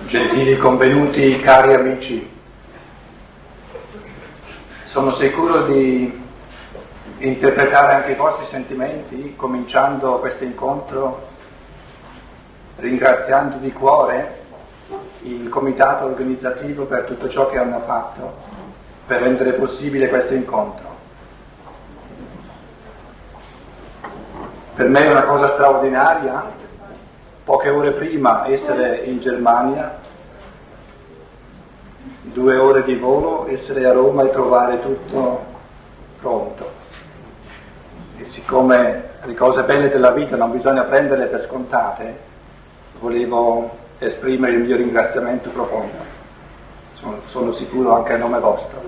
Gentili convenuti, cari amici, sono sicuro di interpretare anche i vostri sentimenti, cominciando questo incontro ringraziando di cuore il comitato organizzativo per tutto ciò che hanno fatto per rendere possibile questo incontro. Per me è una cosa straordinaria, poche ore prima essere in Germania, 2 ore di volo, essere a Roma e trovare tutto pronto. E siccome le cose belle della vita non bisogna prenderle per scontate, volevo esprimere il mio ringraziamento profondo. Sono sicuro anche a nome vostro.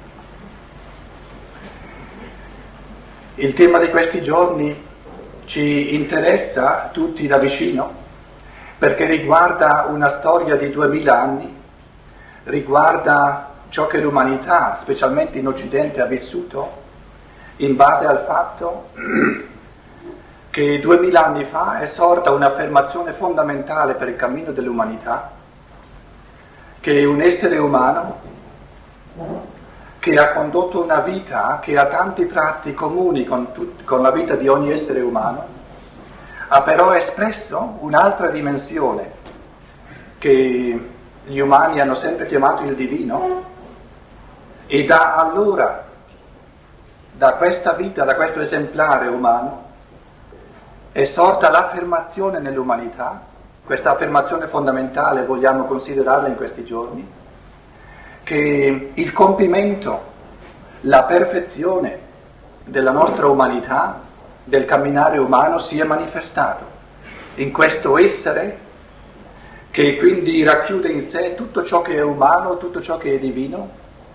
Il tema di questi giorni ci interessa tutti da vicino perché riguarda una storia di 2000 anni, riguarda ciò che l'umanità, specialmente in Occidente, ha vissuto in base al fatto che 2000 anni fa è sorta un'affermazione fondamentale per il cammino dell'umanità, che un essere umano che ha condotto una vita che ha tanti tratti comuni con la vita di ogni essere umano, ha però espresso un'altra dimensione che gli umani hanno sempre chiamato il divino, e da allora, da questa vita, da questo esemplare umano, è sorta l'affermazione nell'umanità. Questa affermazione fondamentale vogliamo considerarla in questi giorni, che il compimento, la perfezione della nostra umanità, del camminare umano, si è manifestato in questo essere che quindi racchiude in sé tutto ciò che è umano, tutto ciò che è divino,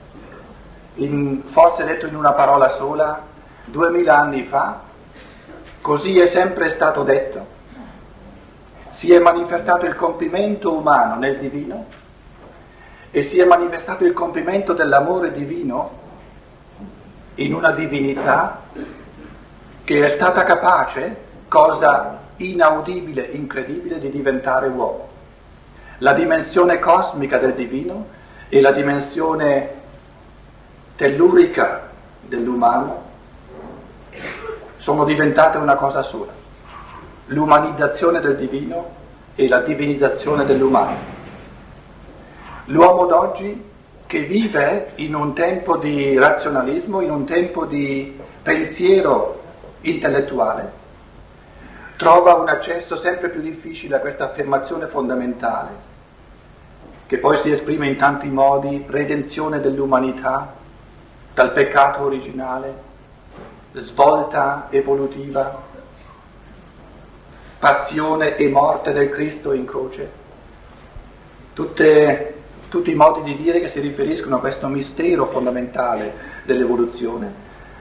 forse detto in una parola sola, 2000 anni fa, così è sempre stato detto, si è manifestato il compimento umano nel divino e si è manifestato il compimento dell'amore divino in una divinità che è stata capace, cosa inaudibile, incredibile, di diventare uomo. La dimensione cosmica del divino e la dimensione tellurica dell'umano sono diventate una cosa sola: l'umanizzazione del divino e la divinizzazione dell'umano. L'uomo d'oggi, che vive in un tempo di razionalismo, in un tempo di pensiero intellettuale, trova un accesso sempre più difficile a questa affermazione fondamentale, che poi si esprime in tanti modi: redenzione dell'umanità dal peccato originale, svolta evolutiva, passione e morte del Cristo in croce. Tutti i modi di dire che si riferiscono a questo mistero fondamentale dell'evoluzione,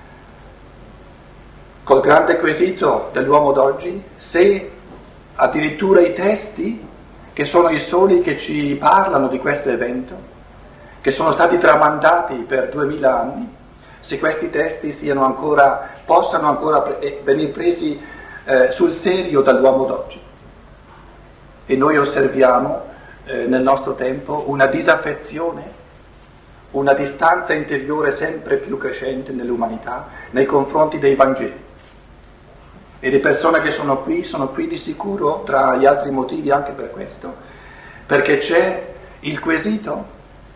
col grande quesito dell'uomo d'oggi: se addirittura i testi, che sono i soli che ci parlano di questo evento, che sono stati tramandati per 2000 anni, se questi testi possano ancora venire presi sul serio dall'uomo d'oggi. E noi osserviamo nel nostro tempo una disaffezione, una distanza interiore sempre più crescente nell'umanità nei confronti dei Vangeli. E le persone che sono qui di sicuro, tra gli altri motivi anche per questo, perché c'è il quesito: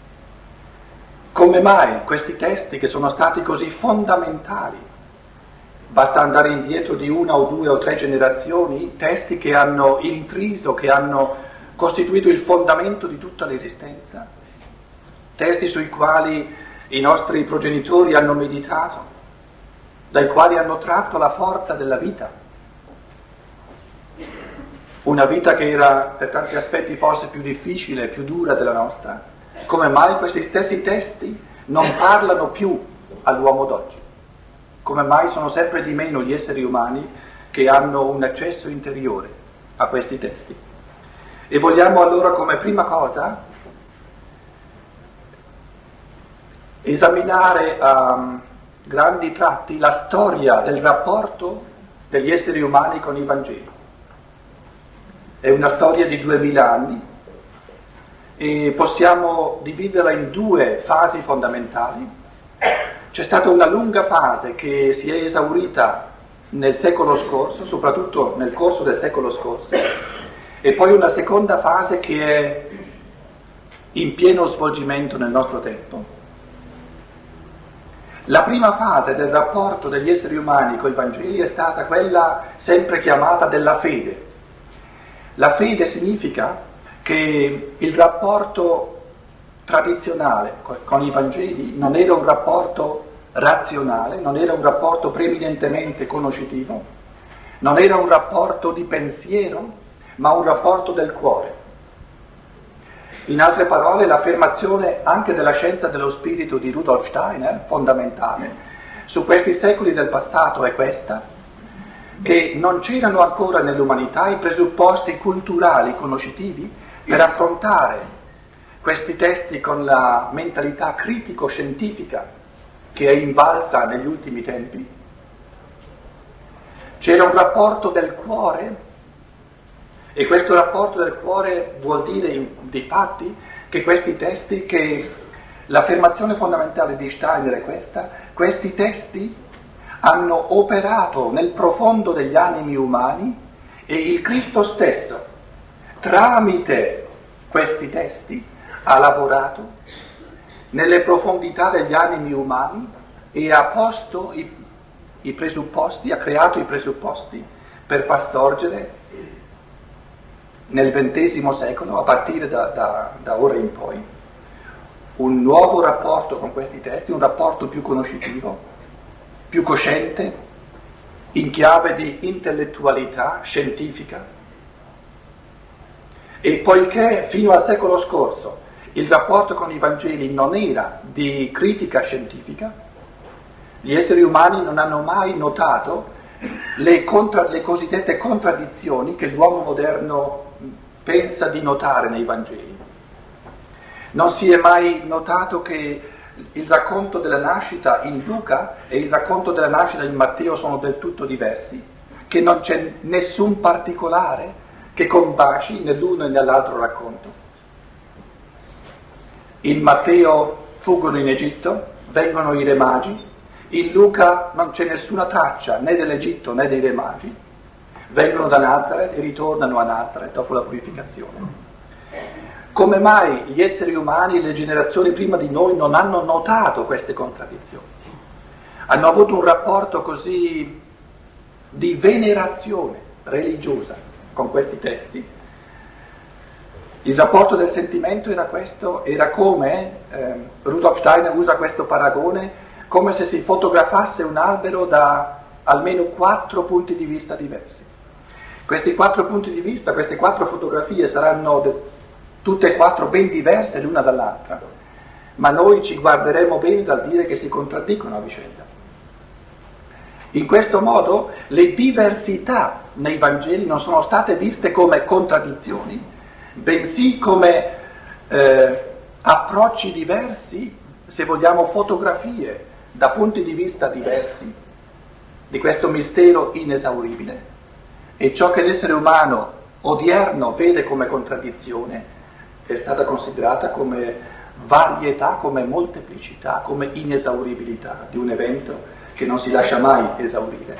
come mai questi testi, che sono stati così fondamentali, basta andare indietro di 1 o 2 o 3 generazioni, testi che hanno intriso, che hanno costituito il fondamento di tutta l'esistenza, testi sui quali i nostri progenitori hanno meditato, dai quali hanno tratto la forza della vita, una vita che era per tanti aspetti forse più difficile, più dura della nostra. Come mai questi stessi testi non parlano più all'uomo d'oggi? Come mai sono sempre di meno gli esseri umani che hanno un accesso interiore a questi testi? E vogliamo allora, come prima cosa, esaminare a grandi tratti la storia del rapporto degli esseri umani con i Vangeli. È una storia di 2000 anni e possiamo dividerla in due fasi fondamentali. C'è stata una lunga fase che si è esaurita nel secolo scorso, soprattutto nel corso del secolo scorso, e poi una seconda fase che è in pieno svolgimento nel nostro tempo. La prima fase del rapporto degli esseri umani con i Vangeli è stata quella sempre chiamata della fede. La fede significa che il rapporto tradizionale con i Vangeli non era un rapporto razionale, non era un rapporto preeminentemente conoscitivo, non era un rapporto di pensiero, ma un rapporto del cuore. In altre parole, l'affermazione anche della scienza dello spirito di Rudolf Steiner, fondamentale, su questi secoli del passato è questa, che non c'erano ancora nell'umanità i presupposti culturali, conoscitivi, per affrontare questi testi con la mentalità critico-scientifica che è invalsa negli ultimi tempi. C'era un rapporto del cuore, e questo rapporto del cuore vuol dire di fatti che questi testi, che l'affermazione fondamentale di Steiner è questa, questi testi hanno operato nel profondo degli animi umani e il Cristo stesso, tramite questi testi, ha lavorato nelle profondità degli animi umani e ha posto i presupposti, ha creato i presupposti per far sorgere nel XX secolo, a partire da ora in poi, un nuovo rapporto con questi testi, un rapporto più conoscitivo, più cosciente, in chiave di intellettualità scientifica. E poiché fino al secolo scorso il rapporto con i Vangeli non era di critica scientifica, gli esseri umani non hanno mai notato le cosiddette contraddizioni che l'uomo moderno pensa di notare nei Vangeli. Non si è mai notato che il racconto della nascita in Luca e il racconto della nascita in Matteo sono del tutto diversi, che non c'è nessun particolare che combaci nell'uno e nell'altro racconto. In Matteo fuggono in Egitto, vengono i re magi, in Luca non c'è nessuna traccia né dell'Egitto né dei re magi, vengono da Nazareth e ritornano a Nazareth dopo la purificazione. Come mai gli esseri umani, le generazioni prima di noi, non hanno notato queste contraddizioni? Hanno avuto un rapporto così di venerazione religiosa con questi testi. Il rapporto del sentimento era questo, era come, Rudolf Steiner usa questo paragone, come se si fotografasse un albero da almeno 4 punti di vista diversi. Questi 4 punti di vista, queste 4 fotografie saranno tutte e 4 ben diverse l'una dall'altra, ma noi ci guarderemo bene dal dire che si contraddicono a vicenda. In questo modo le diversità nei Vangeli non sono state viste come contraddizioni, bensì come approcci diversi, se vogliamo fotografie da punti di vista diversi di questo mistero inesauribile. E ciò che l'essere umano odierno vede come contraddizione è stata considerata come varietà, come molteplicità, come inesauribilità di un evento che non si lascia mai esaurire.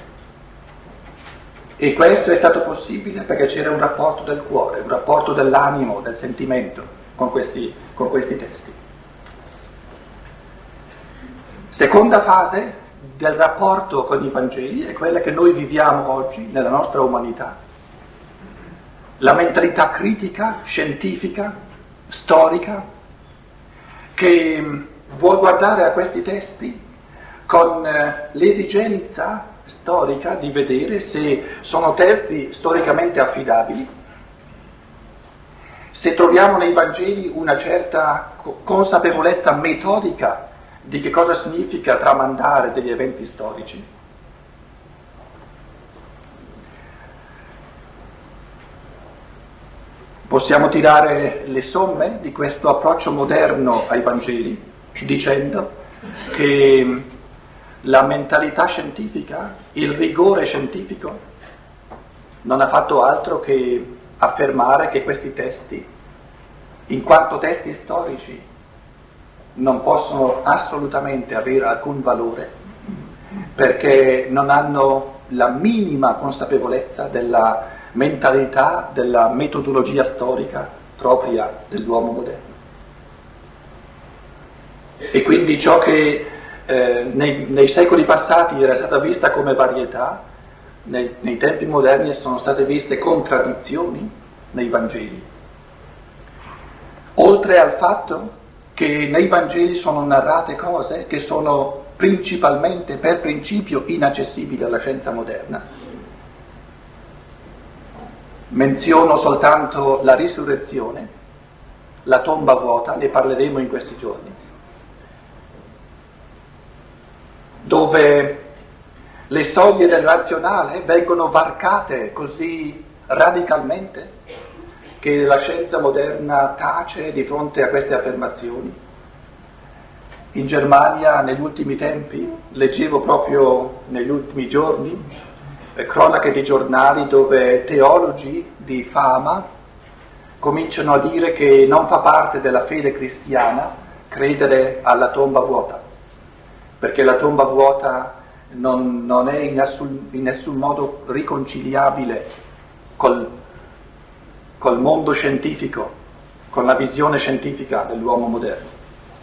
E questo è stato possibile perché c'era un rapporto del cuore, un rapporto dell'animo, del sentimento con questi testi. Seconda fase del rapporto con i Vangeli è quella che noi viviamo oggi nella nostra umanità. La mentalità critica, scientifica, storica, che vuol guardare a questi testi con l'esigenza storica di vedere se sono testi storicamente affidabili, se troviamo nei Vangeli una certa consapevolezza metodica di che cosa significa tramandare degli eventi storici. Possiamo tirare le somme di questo approccio moderno ai Vangeli dicendo che la mentalità scientifica, il rigore scientifico non ha fatto altro che affermare che questi testi in quanto testi storici non possono assolutamente avere alcun valore perché non hanno la minima consapevolezza della mentalità, della metodologia storica propria dell'uomo moderno. E quindi ciò che nei secoli passati era stata vista come varietà, nei tempi moderni sono state viste contraddizioni nei Vangeli. Oltre al fatto che nei Vangeli sono narrate cose che sono principalmente, per principio, inaccessibili alla scienza moderna. Menziono soltanto la risurrezione, la tomba vuota, ne parleremo in questi giorni, dove le soglie del razionale vengono varcate così radicalmente che la scienza moderna tace di fronte a queste affermazioni. In Germania negli ultimi tempi, leggevo proprio negli ultimi giorni, cronache di giornali dove teologi di fama cominciano a dire che non fa parte della fede cristiana credere alla tomba vuota, perché la tomba vuota non è in nessun modo riconciliabile col mondo scientifico, con la visione scientifica dell'uomo moderno.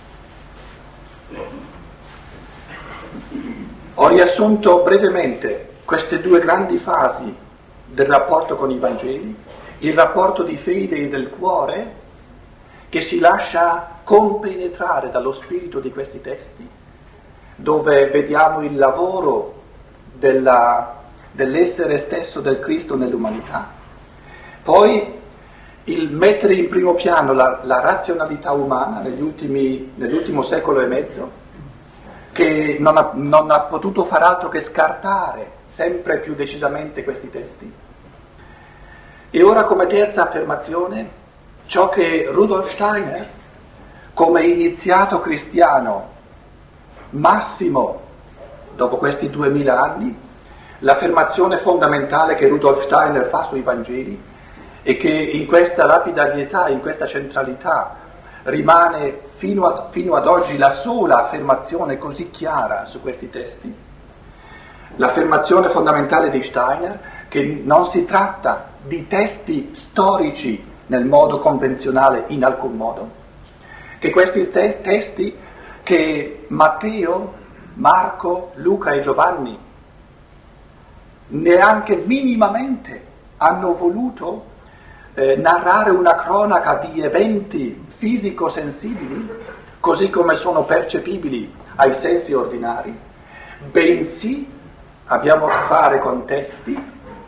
Ho riassunto brevemente queste due grandi fasi del rapporto con i Vangeli, il rapporto di fede e del cuore che si lascia compenetrare dallo spirito di questi testi, dove vediamo il lavoro dell'essere stesso del Cristo nell'umanità, poi il mettere in primo piano la razionalità umana nell'ultimo secolo e mezzo, che non ha potuto far altro che scartare sempre più decisamente questi testi. E ora come terza affermazione, ciò che Rudolf Steiner, come iniziato cristiano massimo dopo questi 2000 anni, l'affermazione fondamentale che Rudolf Steiner fa sui Vangeli e che in questa lapidarietà, in questa centralità rimane fino ad oggi la sola affermazione così chiara su questi testi, l'affermazione fondamentale di Steiner che non si tratta di testi storici nel modo convenzionale in alcun modo, che questi testi che Matteo, Marco, Luca e Giovanni neanche minimamente hanno voluto narrare una cronaca di eventi fisico-sensibili, così come sono percepibili ai sensi ordinari, bensì abbiamo a che fare con testi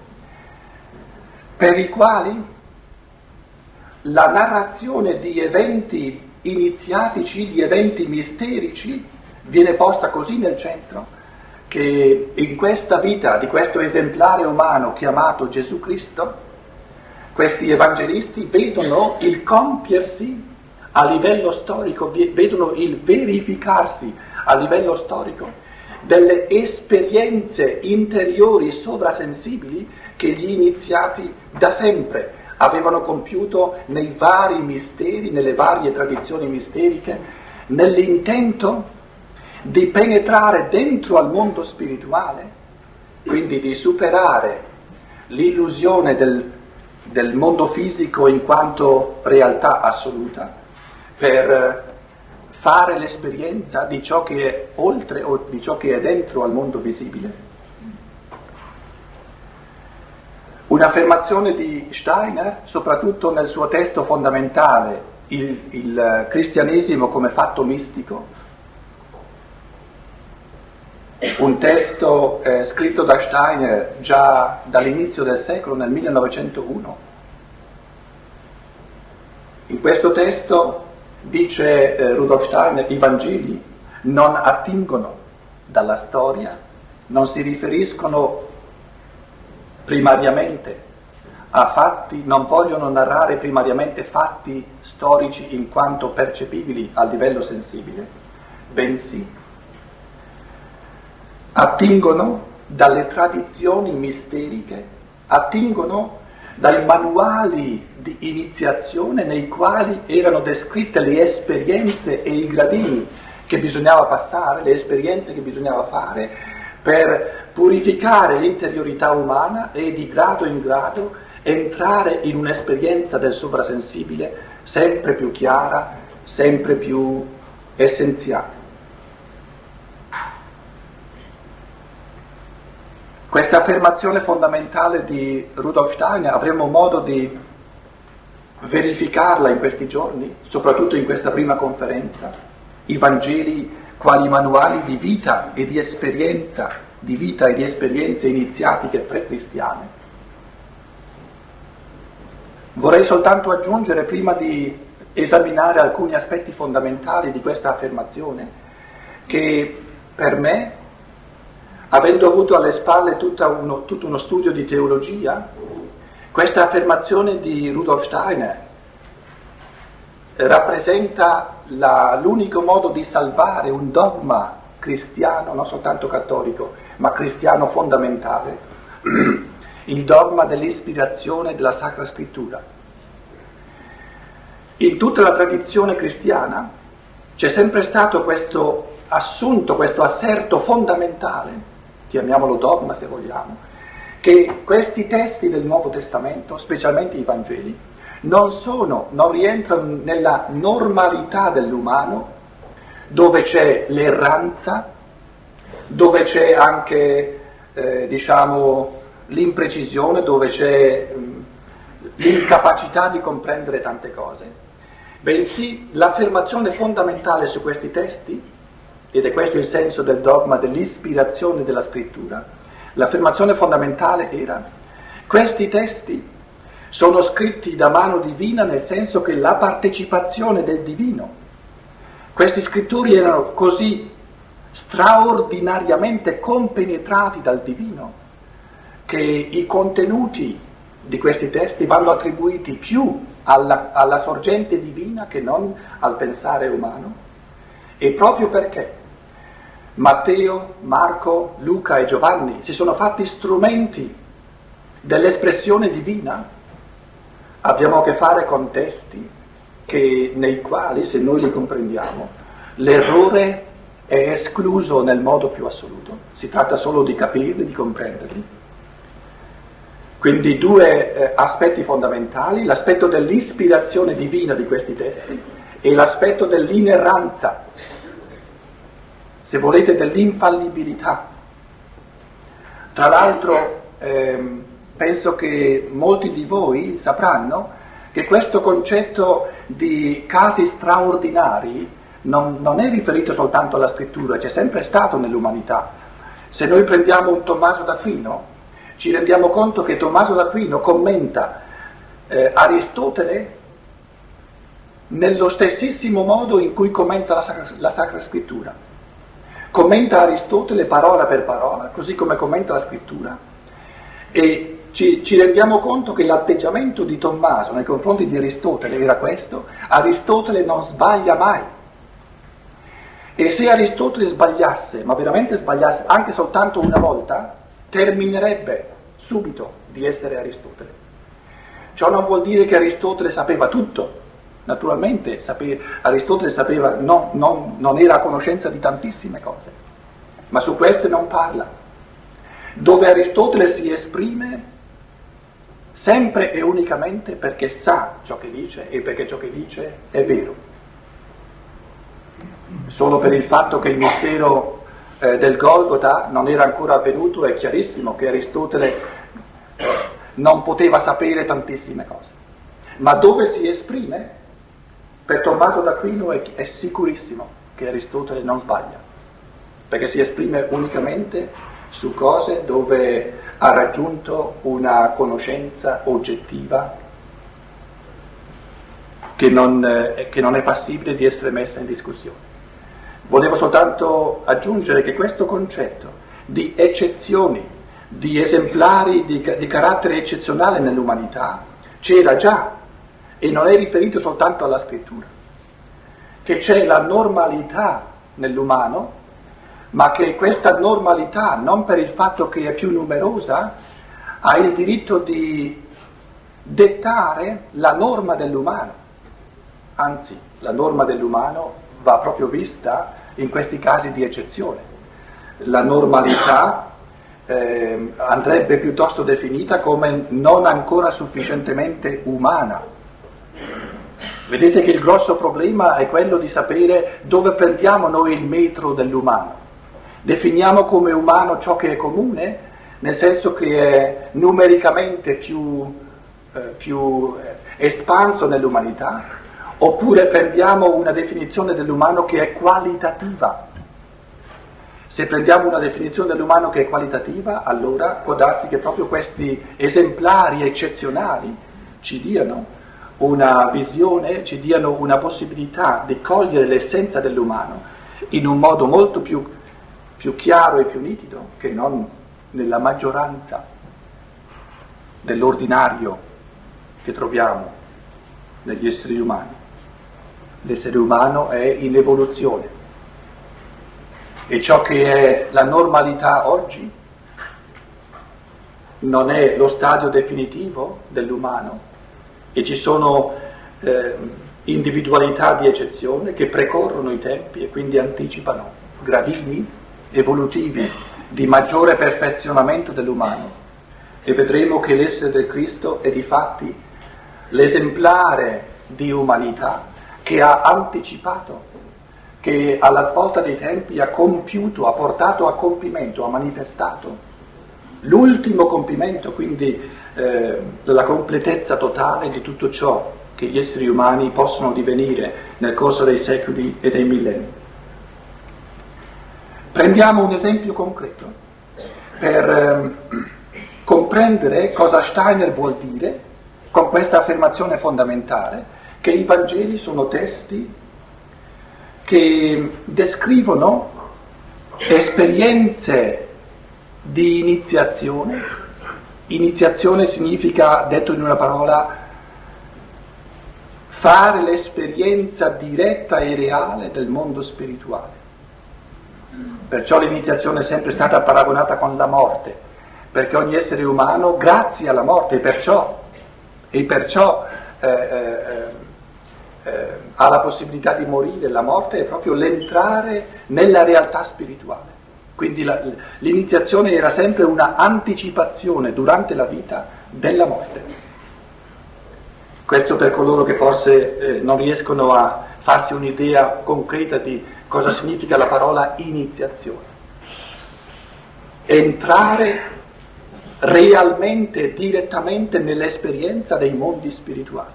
per i quali la narrazione di eventi iniziatici, di eventi misterici, viene posta così nel centro che in questa vita di questo esemplare umano chiamato Gesù Cristo, questi evangelisti vedono il compiersi a livello storico, vedono il verificarsi a livello storico delle esperienze interiori sovrasensibili che gli iniziati da sempre avevano compiuto nei vari misteri, nelle varie tradizioni misteriche, nell'intento di penetrare dentro al mondo spirituale, quindi di superare l'illusione del mondo fisico in quanto realtà assoluta, per fare l'esperienza di ciò che è oltre o di ciò che è dentro al mondo visibile. Un'affermazione di Steiner, soprattutto nel suo testo fondamentale, il cristianesimo come fatto mistico, un testo scritto da Steiner già dall'inizio del secolo, nel 1901. In questo testo dice Rudolf Steiner, i Vangeli non attingono dalla storia, non si riferiscono primariamente a fatti, non vogliono narrare primariamente fatti storici in quanto percepibili a livello sensibile, bensì attingono dalle tradizioni misteriche, attingono dai manuali di iniziazione nei quali erano descritte le esperienze e i gradini che bisognava passare, le esperienze che bisognava fare per purificare l'interiorità umana e di grado in grado entrare in un'esperienza del sovrasensibile sempre più chiara, sempre più essenziale. Questa affermazione fondamentale di Rudolf Steiner avremo modo di verificarla in questi giorni, soprattutto in questa prima conferenza, i Vangeli quali manuali di vita e di esperienza, di vita e di esperienze iniziatiche pre-cristiane. Vorrei soltanto aggiungere, prima di esaminare alcuni aspetti fondamentali di questa affermazione, che per me, avendo avuto alle spalle tutto uno studio di teologia, questa affermazione di Rudolf Steiner rappresenta l'unico modo di salvare un dogma cristiano, non soltanto cattolico, ma cristiano fondamentale, il dogma dell'ispirazione della Sacra Scrittura. In tutta la tradizione cristiana c'è sempre stato questo assunto, questo asserto fondamentale, chiamiamolo dogma se vogliamo, che questi testi del Nuovo Testamento, specialmente i Vangeli, non rientrano nella normalità dell'umano, dove c'è l'erranza, dove c'è anche, l'imprecisione, dove c'è l'incapacità di comprendere tante cose, bensì l'affermazione fondamentale su questi testi, ed è questo il senso del dogma dell'ispirazione della scrittura, l'affermazione fondamentale era: questi testi sono scritti da mano divina, nel senso che la partecipazione del divino, questi scrittori erano così straordinariamente compenetrati dal divino che i contenuti di questi testi vanno attribuiti più alla sorgente divina che non al pensare umano. E proprio perché Matteo, Marco, Luca e Giovanni si sono fatti strumenti dell'espressione divina, abbiamo a che fare con testi nei quali, se noi li comprendiamo, l'errore è escluso nel modo più assoluto. Si tratta solo di capirli, di comprenderli. Quindi due aspetti fondamentali: l'aspetto dell'ispirazione divina di questi testi e l'aspetto dell'inerranza, se volete dell'infallibilità. Tra l'altro penso che molti di voi sapranno che questo concetto di casi straordinari non è riferito soltanto alla scrittura, c'è sempre stato nell'umanità. Se noi prendiamo un Tommaso d'Aquino, ci rendiamo conto che Tommaso d'Aquino commenta Aristotele nello stessissimo modo in cui commenta la Sacra Scrittura. Commenta Aristotele parola per parola, così come commenta la Scrittura, e ci rendiamo conto che l'atteggiamento di Tommaso nei confronti di Aristotele era questo: Aristotele non sbaglia mai. E se Aristotele sbagliasse, ma veramente sbagliasse anche soltanto una volta, terminerebbe subito di essere Aristotele. Ciò non vuol dire che Aristotele sapeva tutto. Naturalmente Aristotele sapeva, non era a conoscenza di tantissime cose, ma su queste non parla. Dove Aristotele si esprime sempre e unicamente perché sa ciò che dice e perché ciò che dice è vero. Solo per il fatto che il mistero del Golgota non era ancora avvenuto è chiarissimo che Aristotele non poteva sapere tantissime cose. Ma dove si esprime, per Tommaso d'Aquino è sicurissimo che Aristotele non sbaglia, perché si esprime unicamente su cose dove ha raggiunto una conoscenza oggettiva che non è passibile di essere messa in discussione. Volevo soltanto aggiungere che questo concetto di eccezioni, di esemplari di carattere eccezionale nell'umanità c'era già, e non è riferito soltanto alla scrittura, che c'è la normalità nell'umano, ma che questa normalità, non per il fatto che è più numerosa, ha il diritto di dettare la norma dell'umano. Anzi, la norma dell'umano va proprio vista in questi casi di eccezione. La normalità andrebbe piuttosto definita come non ancora sufficientemente umana. Vedete che il grosso problema è quello di sapere dove prendiamo noi il metro dell'umano. Definiamo come umano ciò che è comune, nel senso che è numericamente più espanso nell'umanità, oppure prendiamo una definizione dell'umano che è qualitativa. Se prendiamo una definizione dell'umano che è qualitativa, allora può darsi che proprio questi esemplari eccezionali ci diano una visione, ci diano una possibilità di cogliere l'essenza dell'umano in un modo molto più chiaro e più nitido che non nella maggioranza dell'ordinario che troviamo negli esseri umani. L'essere umano è in evoluzione. E ciò che è la normalità oggi non è lo stadio definitivo dell'umano e ci sono individualità di eccezione che precorrono i tempi e quindi anticipano gradini evolutivi di maggiore perfezionamento dell'umano. E vedremo che l'essere del Cristo è difatti l'esemplare di umanità che ha anticipato, che alla svolta dei tempi ha compiuto, ha portato a compimento, ha manifestato l'ultimo compimento, quindi la completezza totale di tutto ciò che gli esseri umani possono divenire nel corso dei secoli e dei millenni. Prendiamo un esempio concreto per comprendere cosa Steiner vuol dire con questa affermazione fondamentale che i Vangeli sono testi che descrivono esperienze di iniziazione. Iniziazione significa, detto in una parola, fare l'esperienza diretta e reale del mondo spirituale. Perciò l'iniziazione è sempre stata paragonata con la morte, perché ogni essere umano, grazie alla morte, e perciò ha la possibilità di morire. La morte è proprio l'entrare nella realtà spirituale. Quindi l'iniziazione era sempre una anticipazione durante la vita della morte. Questo per coloro che forse non riescono a farsi un'idea concreta di cosa significa la parola iniziazione. Entrare realmente, direttamente nell'esperienza dei mondi spirituali.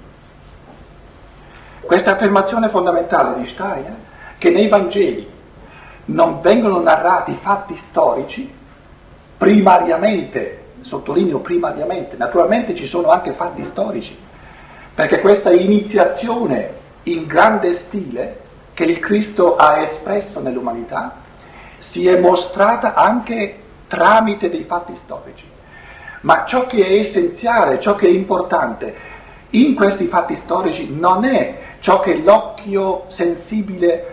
Questa affermazione fondamentale di Steiner, che nei Vangeli non vengono narrati fatti storici, primariamente, sottolineo primariamente, naturalmente ci sono anche fatti storici, perché questa iniziazione in grande stile che il Cristo ha espresso nell'umanità si è mostrata anche tramite dei fatti storici. Ma ciò che è essenziale, ciò che è importante in questi fatti storici non è ciò che l'occhio sensibile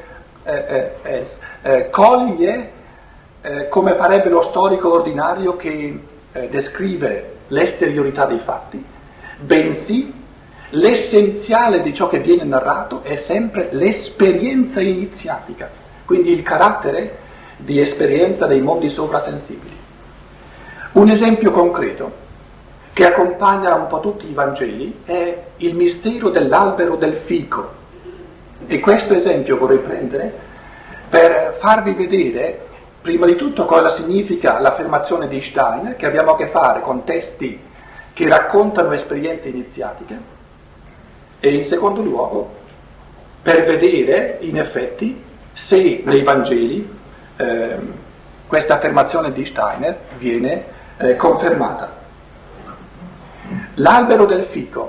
coglie come farebbe lo storico ordinario che descrive l'esteriorità dei fatti, bensì l'essenziale di ciò che viene narrato è sempre l'esperienza iniziatica, quindi il carattere di esperienza dei mondi sovrasensibili. Un esempio concreto che accompagna un po' tutti i Vangeli è il mistero dell'albero del fico. E questo esempio vorrei prendere per farvi vedere prima di tutto cosa significa l'affermazione di Steiner, che abbiamo a che fare con testi che raccontano esperienze iniziatiche, e in secondo luogo per vedere in effetti se nei Vangeli questa affermazione di Steiner viene confermata. L'albero del fico.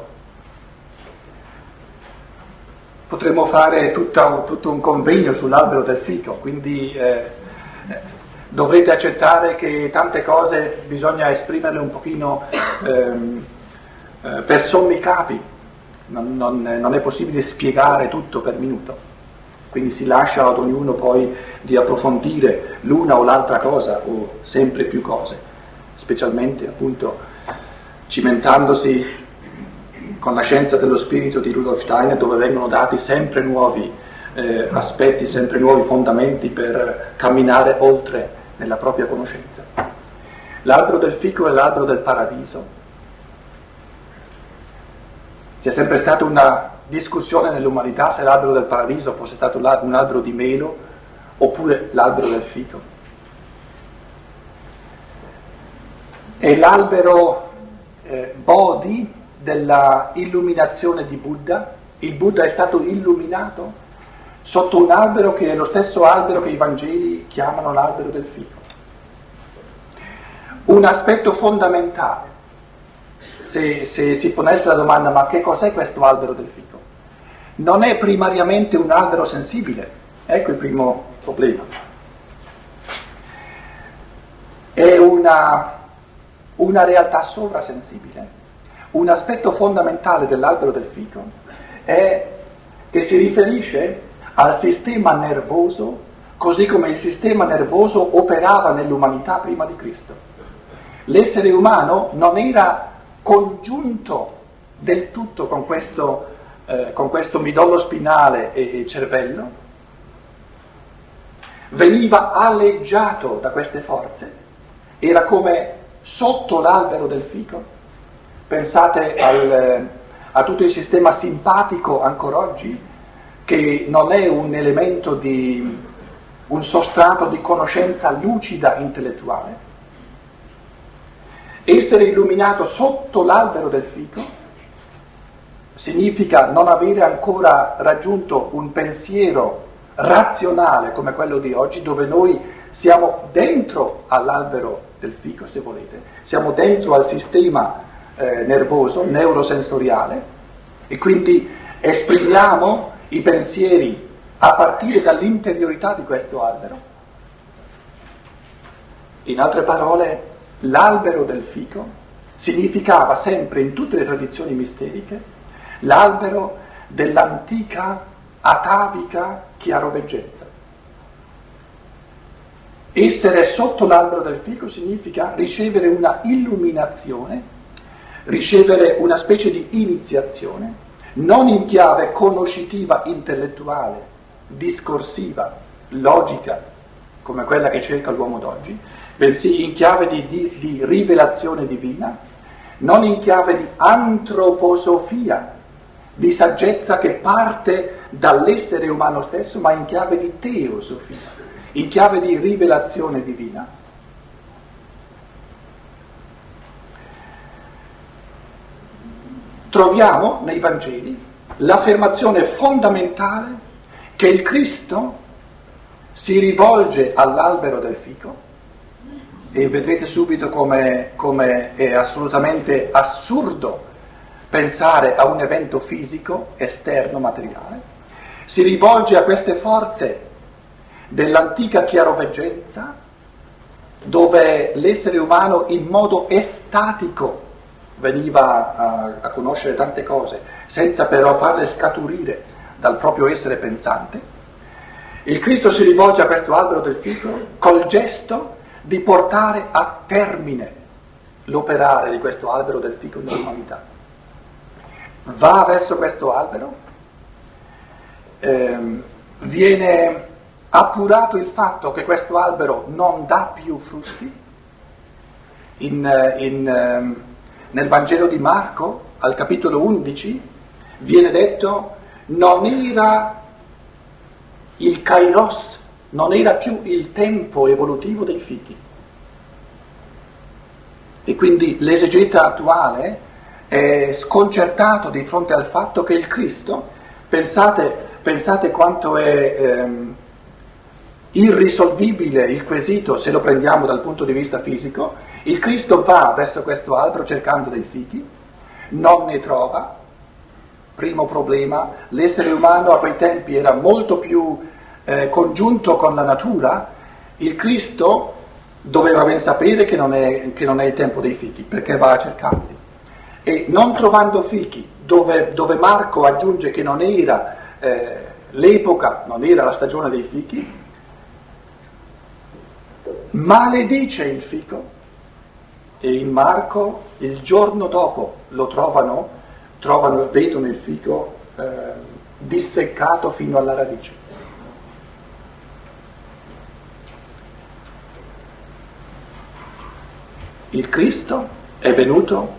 Potremmo fare tutto un convegno sull'albero del fico, quindi dovrete accettare che tante cose bisogna esprimerle un pochino per sommi capi, non è possibile spiegare tutto per minuto, quindi si lascia ad ognuno poi di approfondire l'una o l'altra cosa o sempre più cose, specialmente appunto cimentandosi con la scienza dello spirito di Rudolf Steiner, dove vengono dati sempre nuovi aspetti, sempre nuovi fondamenti per camminare oltre nella propria conoscenza. L'albero del fico è l'albero del paradiso. C'è sempre stata una discussione nell'umanità se l'albero del paradiso fosse stato un albero di melo oppure l'albero del fico. È l'albero Bodhi della illuminazione di Buddha. Il Buddha è stato illuminato sotto un albero che è lo stesso albero che i Vangeli chiamano l'albero del fico. Un aspetto fondamentale, se si ponesse la domanda ma che cos'è questo albero del fico? Non è primariamente un albero sensibile, ecco il primo problema. È una realtà sovrasensibile. Un aspetto fondamentale dell'albero del fico è che si riferisce al sistema nervoso, così come il sistema nervoso operava nell'umanità prima di Cristo. L'essere umano non era congiunto del tutto con questo midollo spinale e cervello, veniva aleggiato da queste forze, era come sotto l'albero del fico. Pensate a tutto il sistema simpatico ancora oggi, che non è un elemento un sostrato di conoscenza lucida intellettuale. Essere illuminato sotto l'albero del fico significa non avere ancora raggiunto un pensiero razionale come quello di oggi, dove noi siamo dentro all'albero del fico, se volete, siamo dentro al sistema nervoso, neurosensoriale, e quindi esprimiamo i pensieri a partire dall'interiorità di questo albero. In altre parole, l'albero del fico significava sempre in tutte le tradizioni misteriche l'albero dell'antica atavica chiaroveggenza. Essere sotto l'albero del fico significa ricevere una illuminazione, ricevere una specie di iniziazione, non in chiave conoscitiva, intellettuale, discorsiva, logica, come quella che cerca l'uomo d'oggi, bensì in chiave di rivelazione divina, non in chiave di antroposofia, di saggezza che parte dall'essere umano stesso, ma in chiave di teosofia, in chiave di rivelazione divina. Troviamo nei Vangeli l'affermazione fondamentale che il Cristo si rivolge all'albero del fico, e vedrete subito come è assolutamente assurdo pensare a un evento fisico, esterno, materiale. Si rivolge a queste forze dell'antica chiaroveggenza, dove l'essere umano in modo estatico veniva a conoscere tante cose, senza però farle scaturire dal proprio essere pensante. Il Cristo si rivolge a questo albero del fico col gesto di portare a termine l'operare di questo albero del fico nell'umanità. Va verso questo albero, viene appurato il fatto che questo albero non dà più frutti. Nel Vangelo di Marco, al capitolo 11, viene detto non era il kairos, non era più il tempo evolutivo dei fichi. E quindi l'esegeta attuale è sconcertato di fronte al fatto che il Cristo, pensate quanto è irrisolvibile il quesito se lo prendiamo dal punto di vista fisico. Il Cristo va verso questo albero cercando dei fichi, non ne trova. Primo problema, l'essere umano a quei tempi era molto più congiunto con la natura. Il Cristo doveva ben sapere che non è il tempo dei fichi, perché va a cercarli. E non trovando fichi, dove Marco aggiunge che non era l'epoca, non era la stagione dei fichi, maledice il fico, e in Marco il giorno dopo lo trovano vedono il fico disseccato fino alla radice. Il Cristo è venuto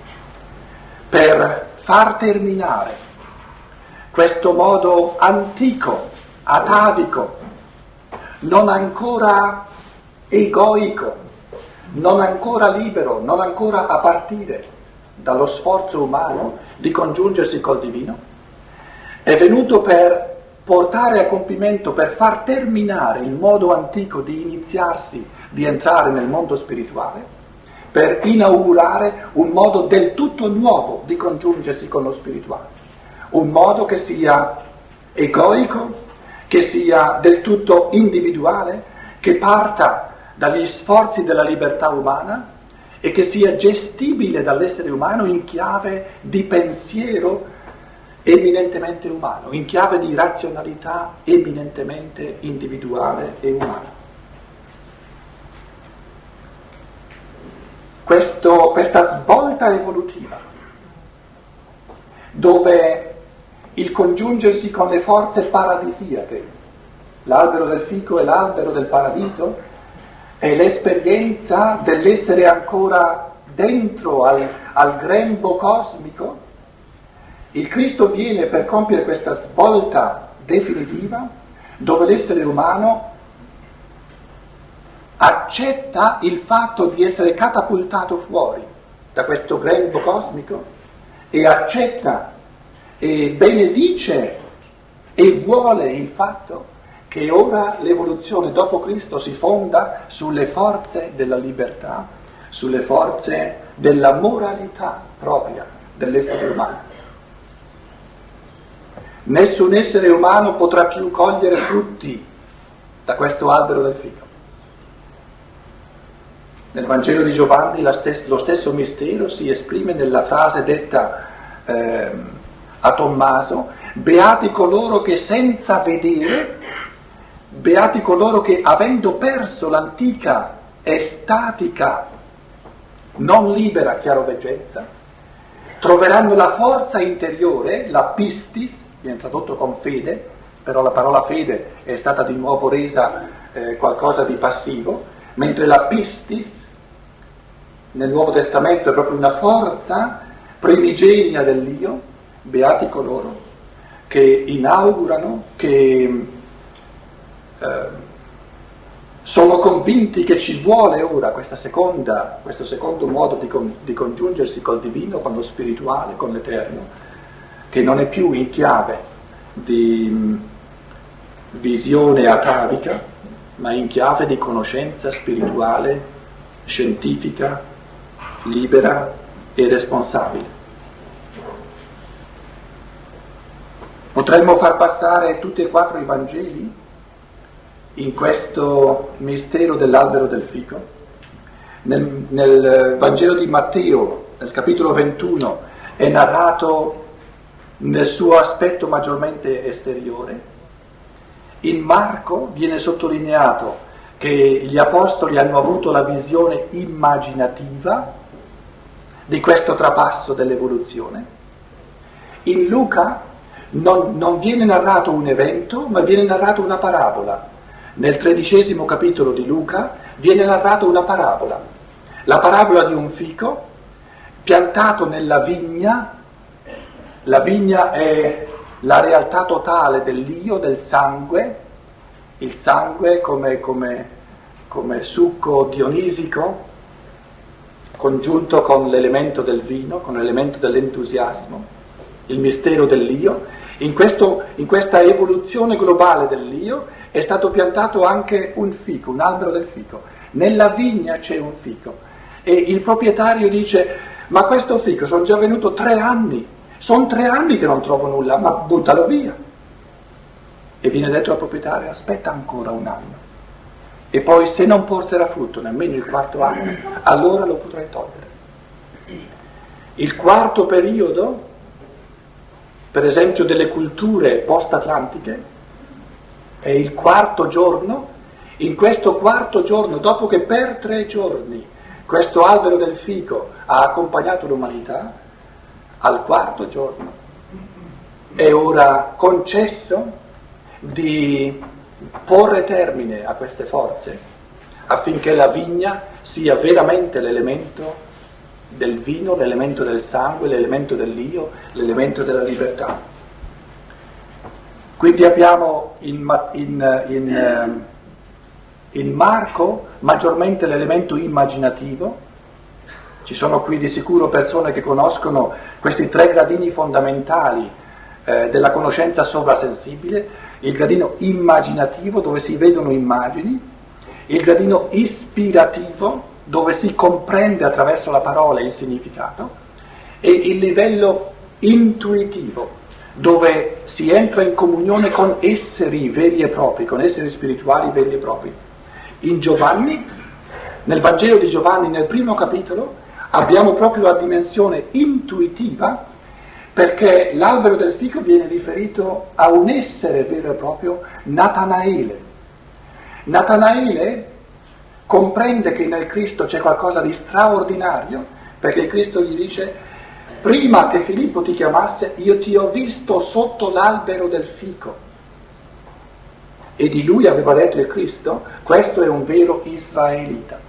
per far terminare questo modo antico, atavico, non ancora egoico, non ancora libero, non ancora a partire dallo sforzo umano di congiungersi col divino. È venuto per portare a compimento, per far terminare il modo antico di iniziarsi, di entrare nel mondo spirituale, per inaugurare un modo del tutto nuovo di congiungersi con lo spirituale, un modo che sia egoico, che sia del tutto individuale, che parta dagli sforzi della libertà umana e che sia gestibile dall'essere umano in chiave di pensiero eminentemente umano, in chiave di razionalità eminentemente individuale e umana. Questa svolta evolutiva, dove il congiungersi con le forze paradisiache, l'albero del fico e l'albero del paradiso, è l'esperienza dell'essere ancora dentro al grembo cosmico. Il Cristo viene per compiere questa svolta definitiva, dove l'essere umano accetta il fatto di essere catapultato fuori da questo grembo cosmico e accetta e benedice e vuole il fatto che ora l'evoluzione dopo Cristo si fonda sulle forze della libertà, sulle forze della moralità propria dell'essere umano. Nessun essere umano potrà più cogliere frutti da questo albero del fico. Nel Vangelo di Giovanni lo stesso mistero si esprime nella frase detta a Tommaso: beati coloro che senza vedere, beati coloro che avendo perso l'antica estatica, non libera chiaroveggenza, troveranno la forza interiore, la pistis, viene tradotto con fede, però la parola fede è stata di nuovo resa qualcosa di passivo, mentre la pistis nel Nuovo Testamento è proprio una forza primigenia dell'Io. Beati coloro che inaugurano, che sono convinti che ci vuole ora questo secondo modo di congiungersi col divino, con lo spirituale, con l'eterno, che non è più in chiave di visione atavica, ma in chiave di conoscenza spirituale, scientifica, libera e responsabile. Potremmo far passare tutti e quattro i Vangeli in questo mistero dell'albero del fico. Nel Vangelo di Matteo, nel capitolo 21, è narrato nel suo aspetto maggiormente esteriore. In Marco viene sottolineato che gli apostoli hanno avuto la visione immaginativa di questo trapasso dell'evoluzione. In Luca non viene narrato un evento, ma viene narrato una parabola. Nel 13° capitolo di Luca viene narrata una parabola, la parabola di un fico piantato nella vigna. La vigna è la realtà totale dell'io, del sangue, il sangue come succo dionisico congiunto con l'elemento del vino, con l'elemento dell'entusiasmo, il mistero dell'io. In questa evoluzione globale dell'io è stato piantato anche un fico, un albero del fico. Nella vigna c'è un fico e il proprietario dice: ma questo fico sono già venuto 3 anni, sono 3 anni che non trovo nulla, ma buttalo via. E viene detto al proprietario: aspetta ancora 1 anno e poi se non porterà frutto nemmeno il 4º anno, allora lo potrai togliere. Il 4º periodo, per esempio delle culture post-atlantiche, è il 4º giorno. In questo 4º giorno, dopo che per 3 giorni questo albero del fico ha accompagnato l'umanità, al quarto giorno è ora concesso di porre termine a queste forze affinché la vigna sia veramente l'elemento del vino, l'elemento del sangue, l'elemento dell'io, l'elemento della libertà. Quindi abbiamo in Marco maggiormente l'elemento immaginativo. Ci sono qui di sicuro persone che conoscono questi 3 gradini fondamentali della conoscenza sovrasensibile: il gradino immaginativo, dove si vedono immagini; il gradino ispirativo, dove si comprende attraverso la parola il significato; e il livello intuitivo, dove si entra in comunione con esseri veri e propri, con esseri spirituali veri e propri. In Giovanni, nel Vangelo di Giovanni, nel primo capitolo, abbiamo proprio la dimensione intuitiva, perché l'albero del fico viene riferito a un essere vero e proprio, Natanaele. Natanaele comprende che nel Cristo c'è qualcosa di straordinario, perché il Cristo gli dice: prima che Filippo ti chiamasse, io ti ho visto sotto l'albero del fico. E di lui aveva detto il Cristo: questo è un vero israelita.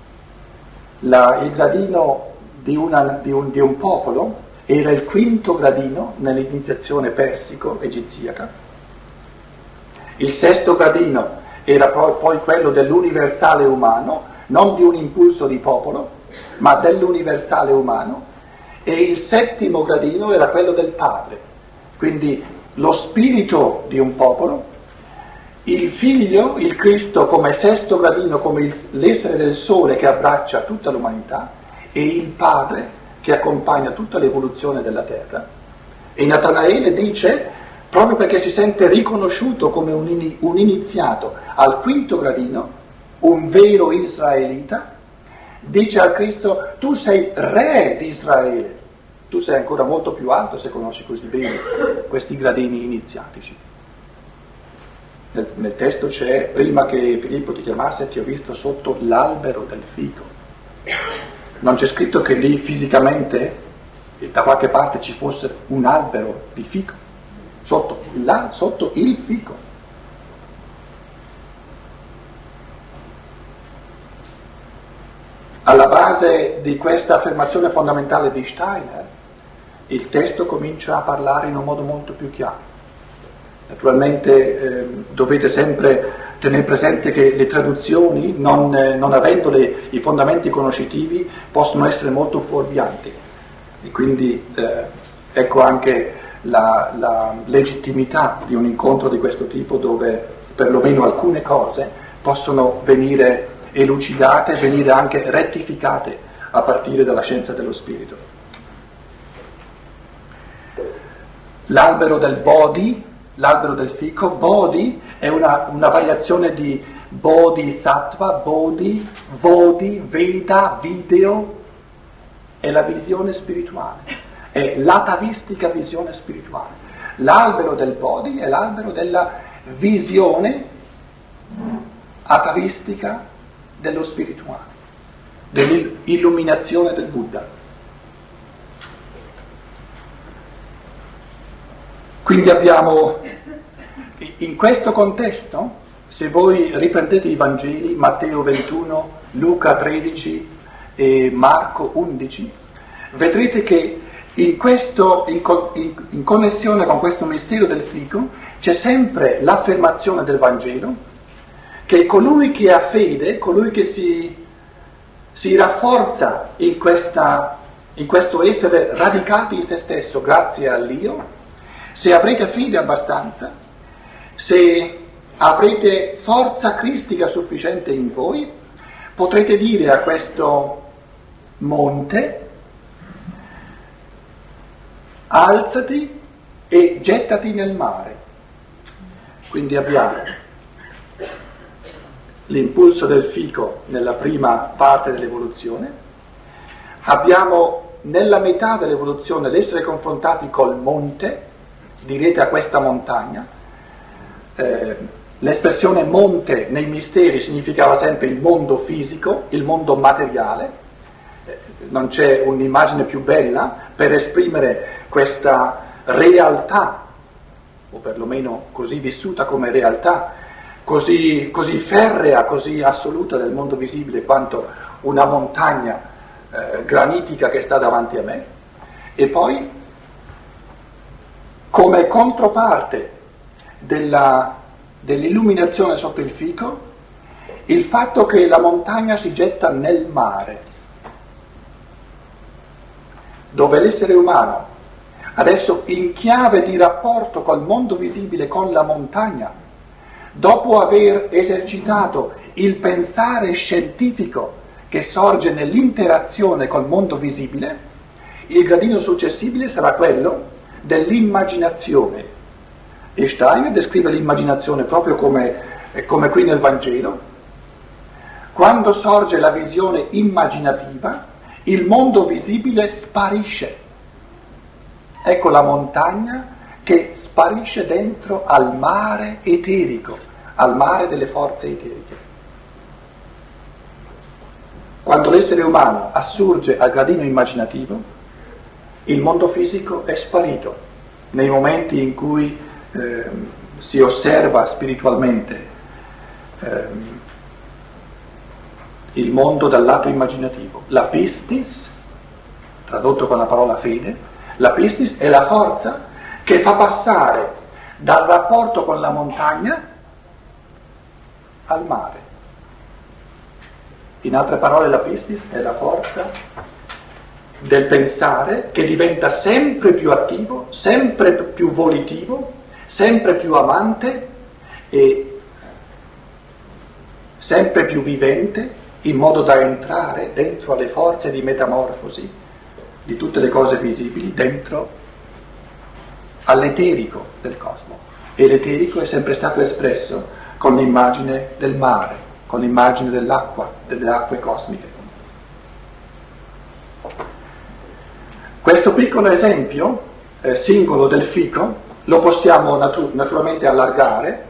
Il gradino di un popolo era il quinto gradino nell'iniziazione persico-egiziaca. Il sesto gradino era poi quello dell'universale umano, non di un impulso di popolo, ma dell'universale umano. E il settimo gradino era quello del Padre, quindi lo spirito di un popolo, il Figlio, il Cristo come sesto gradino, come l'essere del Sole che abbraccia tutta l'umanità, e il Padre che accompagna tutta l'evoluzione della terra. E Natanaele dice, proprio perché si sente riconosciuto come un iniziato al quinto gradino, un vero israelita, dice al Cristo: tu sei re di Israele, tu sei ancora molto più alto se conosci così bene questi gradini iniziatici. Nel testo c'è: prima che Filippo ti chiamasse ti ho visto sotto l'albero del fico. Non c'è scritto che lì fisicamente da qualche parte ci fosse un albero di fico, sotto il fico. Alla base di questa affermazione fondamentale di Steiner, il testo comincia a parlare in un modo molto più chiaro. Naturalmente dovete sempre tenere presente che le traduzioni, non avendo i fondamenti conoscitivi, possono essere molto fuorvianti. E quindi ecco anche la legittimità di un incontro di questo tipo, dove perlomeno alcune cose possono venire elucidate, venire anche rettificate a partire dalla scienza dello spirito. L'albero del Bodhi, l'albero del fico, Bodhi è una variazione di Bodhisattva, Bodhi, Vodi, Veda, Video, è la visione spirituale, è l'atavistica visione spirituale. L'albero del Bodhi è l'albero della visione atavistica dello spirituale, dell'illuminazione del Buddha. Quindi abbiamo, in questo contesto, se voi riprendete i Vangeli, Matteo 21, Luca 13 e Marco 11, vedrete che in connessione con questo mistero del fico c'è sempre l'affermazione del Vangelo che colui che ha fede, colui che si rafforza in questo essere radicati in se stesso grazie all'io, se avrete fede abbastanza, se avrete forza cristica sufficiente in voi, potrete dire a questo monte: alzati e gettati nel mare. Quindi abbiamo l'impulso del fico nella prima parte dell'evoluzione, abbiamo nella metà dell'evoluzione l'essere confrontati col monte, direte a questa montagna. L'espressione monte nei misteri significava sempre il mondo fisico, il mondo materiale, non c'è un'immagine più bella per esprimere questa realtà, o perlomeno così vissuta come realtà, così ferrea, così assoluta del mondo visibile quanto una montagna granitica che sta davanti a me. E poi, come controparte dell'illuminazione sotto il fico, il fatto che la montagna si getta nel mare, dove l'essere umano, adesso in chiave di rapporto col mondo visibile, con la montagna, dopo aver esercitato il pensare scientifico che sorge nell'interazione col mondo visibile, il gradino successibile sarà quello dell'immaginazione. E Steiner descrive l'immaginazione proprio come qui nel Vangelo. Quando sorge la visione immaginativa, il mondo visibile sparisce. Ecco la montagna che sparisce dentro al mare eterico, al mare delle forze eteriche. Quando l'essere umano assurge al gradino immaginativo, il mondo fisico è sparito. Nei momenti in cui si osserva spiritualmente il mondo dal lato immaginativo. La pistis, tradotto con la parola fede, la pistis è la forza che fa passare dal rapporto con la montagna al mare. In altre parole, la pistis è la forza del pensare che diventa sempre più attivo, sempre più volitivo, sempre più amante e sempre più vivente, in modo da entrare dentro alle forze di metamorfosi di tutte le cose visibili, dentro all'eterico del cosmo. E l'eterico è sempre stato espresso con l'immagine del mare, con l'immagine dell'acqua, delle acque cosmiche. Questo piccolo esempio singolo del fico lo possiamo naturalmente allargare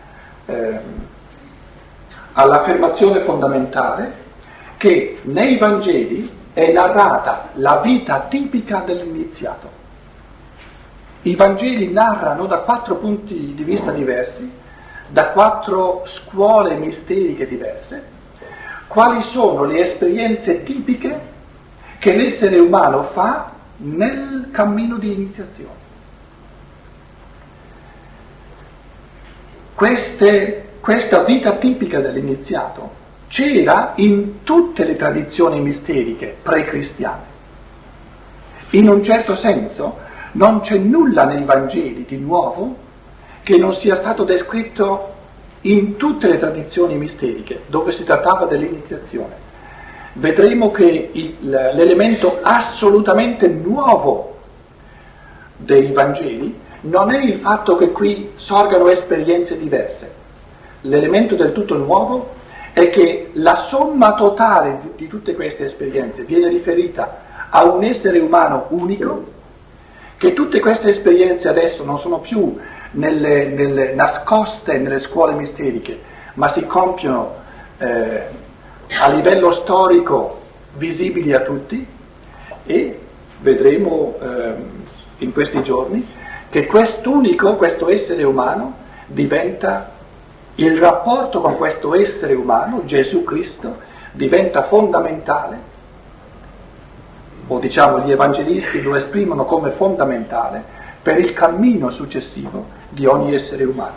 all'affermazione fondamentale che nei Vangeli è narrata la vita tipica dell'iniziato. I Vangeli narrano da 4 punti di vista diversi, da 4 scuole misteriche diverse, quali sono le esperienze tipiche che l'essere umano fa nel cammino di iniziazione. Questa vita tipica dell'iniziato c'era in tutte le tradizioni misteriche pre-cristiane. In un certo senso non c'è nulla nei Vangeli di nuovo che non sia stato descritto in tutte le tradizioni misteriche dove si trattava dell'iniziazione. Vedremo che l'elemento assolutamente nuovo dei Vangeli non è il fatto che qui sorgano esperienze diverse. L'elemento del tutto nuovo è che la somma totale di tutte queste esperienze viene riferita a un essere umano unico, che tutte queste esperienze adesso non sono più nascoste nelle scuole misteriche, ma si compiono a livello storico visibili a tutti, e vedremo in questi giorni che questo essere umano diventa, il rapporto con questo essere umano, Gesù Cristo, diventa fondamentale, o diciamo gli evangelisti lo esprimono come fondamentale per il cammino successivo di ogni essere umano.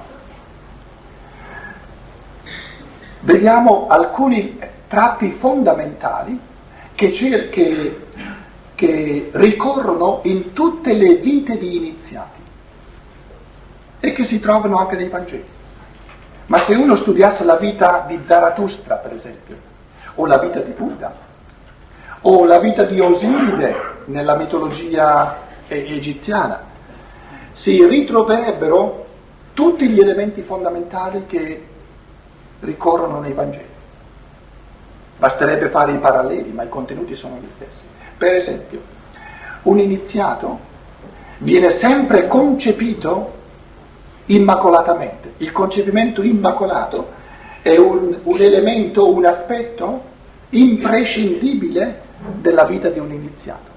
Vediamo alcuni tratti fondamentali che ricorrono in tutte le vite di iniziati e che si trovano anche nei Vangeli. Ma se uno studiasse la vita di Zarathustra, per esempio, o la vita di Buddha, o la vita di Osiride nella mitologia egiziana, si ritroverebbero tutti gli elementi fondamentali che ricorrono nei Vangeli. Basterebbe fare i paralleli, ma i contenuti sono gli stessi. Per esempio, un iniziato viene sempre concepito immacolatamente. Il concepimento immacolato è un elemento, un aspetto imprescindibile della vita di un iniziato.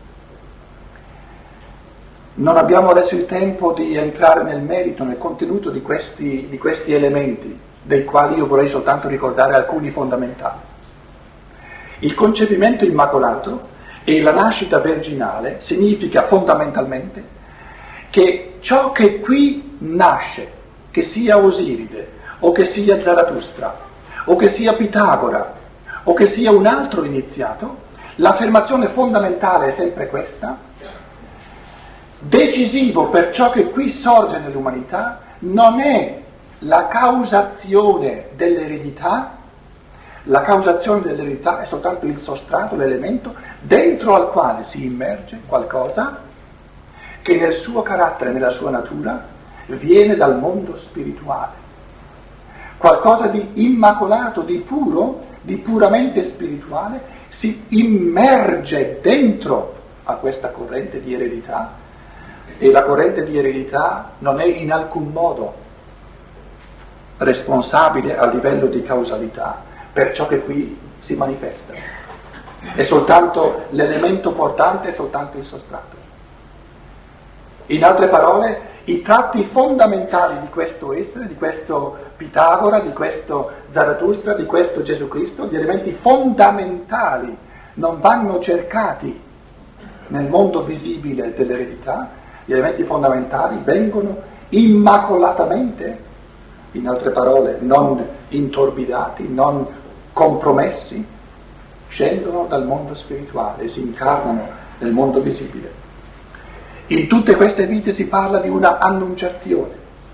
Non abbiamo adesso il tempo di entrare nel merito, nel contenuto di questi elementi, dei quali io vorrei soltanto ricordare alcuni fondamentali. Il concepimento immacolato e la nascita virginale significa fondamentalmente che ciò che qui nasce, che sia Osiride, o che sia Zarathustra, o che sia Pitagora, o che sia un altro iniziato, l'affermazione fondamentale è sempre questa: decisivo per ciò che qui sorge nell'umanità non è la causazione dell'eredità. La causazione dell'eredità è soltanto il sostrato, l'elemento dentro al quale si immerge qualcosa che nel suo carattere, nella sua natura, viene dal mondo spirituale. Qualcosa di immacolato, di puro, di puramente spirituale, si immerge dentro a questa corrente di eredità, e la corrente di eredità non è in alcun modo responsabile a livello di causalità per ciò che qui si manifesta. È soltanto l'elemento portante, è soltanto il sostrato. In altre parole, i tratti fondamentali di questo essere, di questo Pitagora, di questo Zarathustra, di questo Gesù Cristo, gli elementi fondamentali non vanno cercati nel mondo visibile dell'eredità, gli elementi fondamentali vengono immacolatamente, in altre parole, non intorbidati, non compromessi, scendono dal mondo spirituale e si incarnano nel mondo visibile. In tutte queste vite si parla di una annunciazione.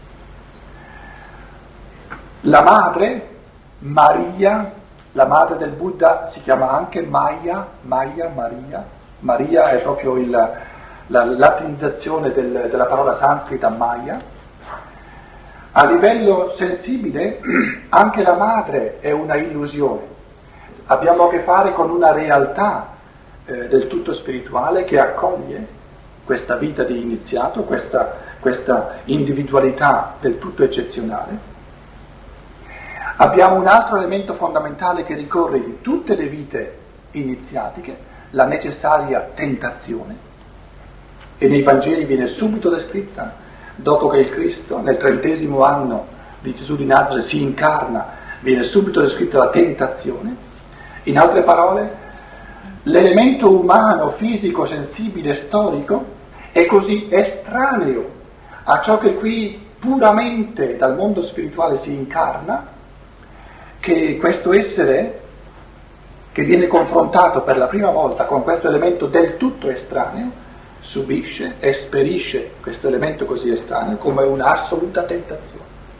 La madre, Maria, la madre del Buddha si chiama anche Maria. Maria è proprio la latinizzazione della parola sanscrita Maya. A livello sensibile anche la madre è una illusione. Abbiamo a che fare con una realtà del tutto spirituale che accoglie questa vita di iniziato, questa individualità del tutto eccezionale. Abbiamo un altro elemento fondamentale che ricorre in tutte le vite iniziatiche, la necessaria tentazione, e nei Vangeli viene subito descritta. Dopo che il Cristo, nel 30° anno di Gesù di Nazaret, si incarna, viene subito descritta la tentazione. In altre parole, l'elemento umano, fisico, sensibile, storico è così estraneo a ciò che qui puramente dal mondo spirituale si incarna, che questo essere che viene confrontato per la prima volta con questo elemento del tutto estraneo subisce, esperisce questo elemento così estraneo come un'assoluta tentazione.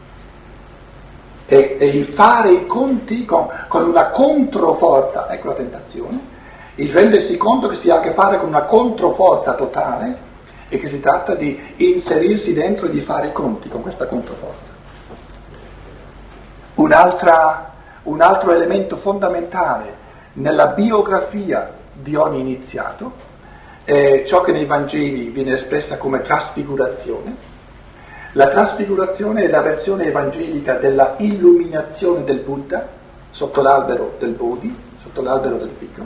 E il fare i conti con una controforza, ecco la tentazione, il rendersi conto che si ha a che fare con una controforza totale e che si tratta di inserirsi dentro e di fare i conti con questa controforza. Un altro elemento fondamentale nella biografia di ogni iniziato è ciò che nei Vangeli viene espressa come trasfigurazione. La trasfigurazione è la versione evangelica della illuminazione del Buddha sotto l'albero del Bodhi, sotto l'albero del fico.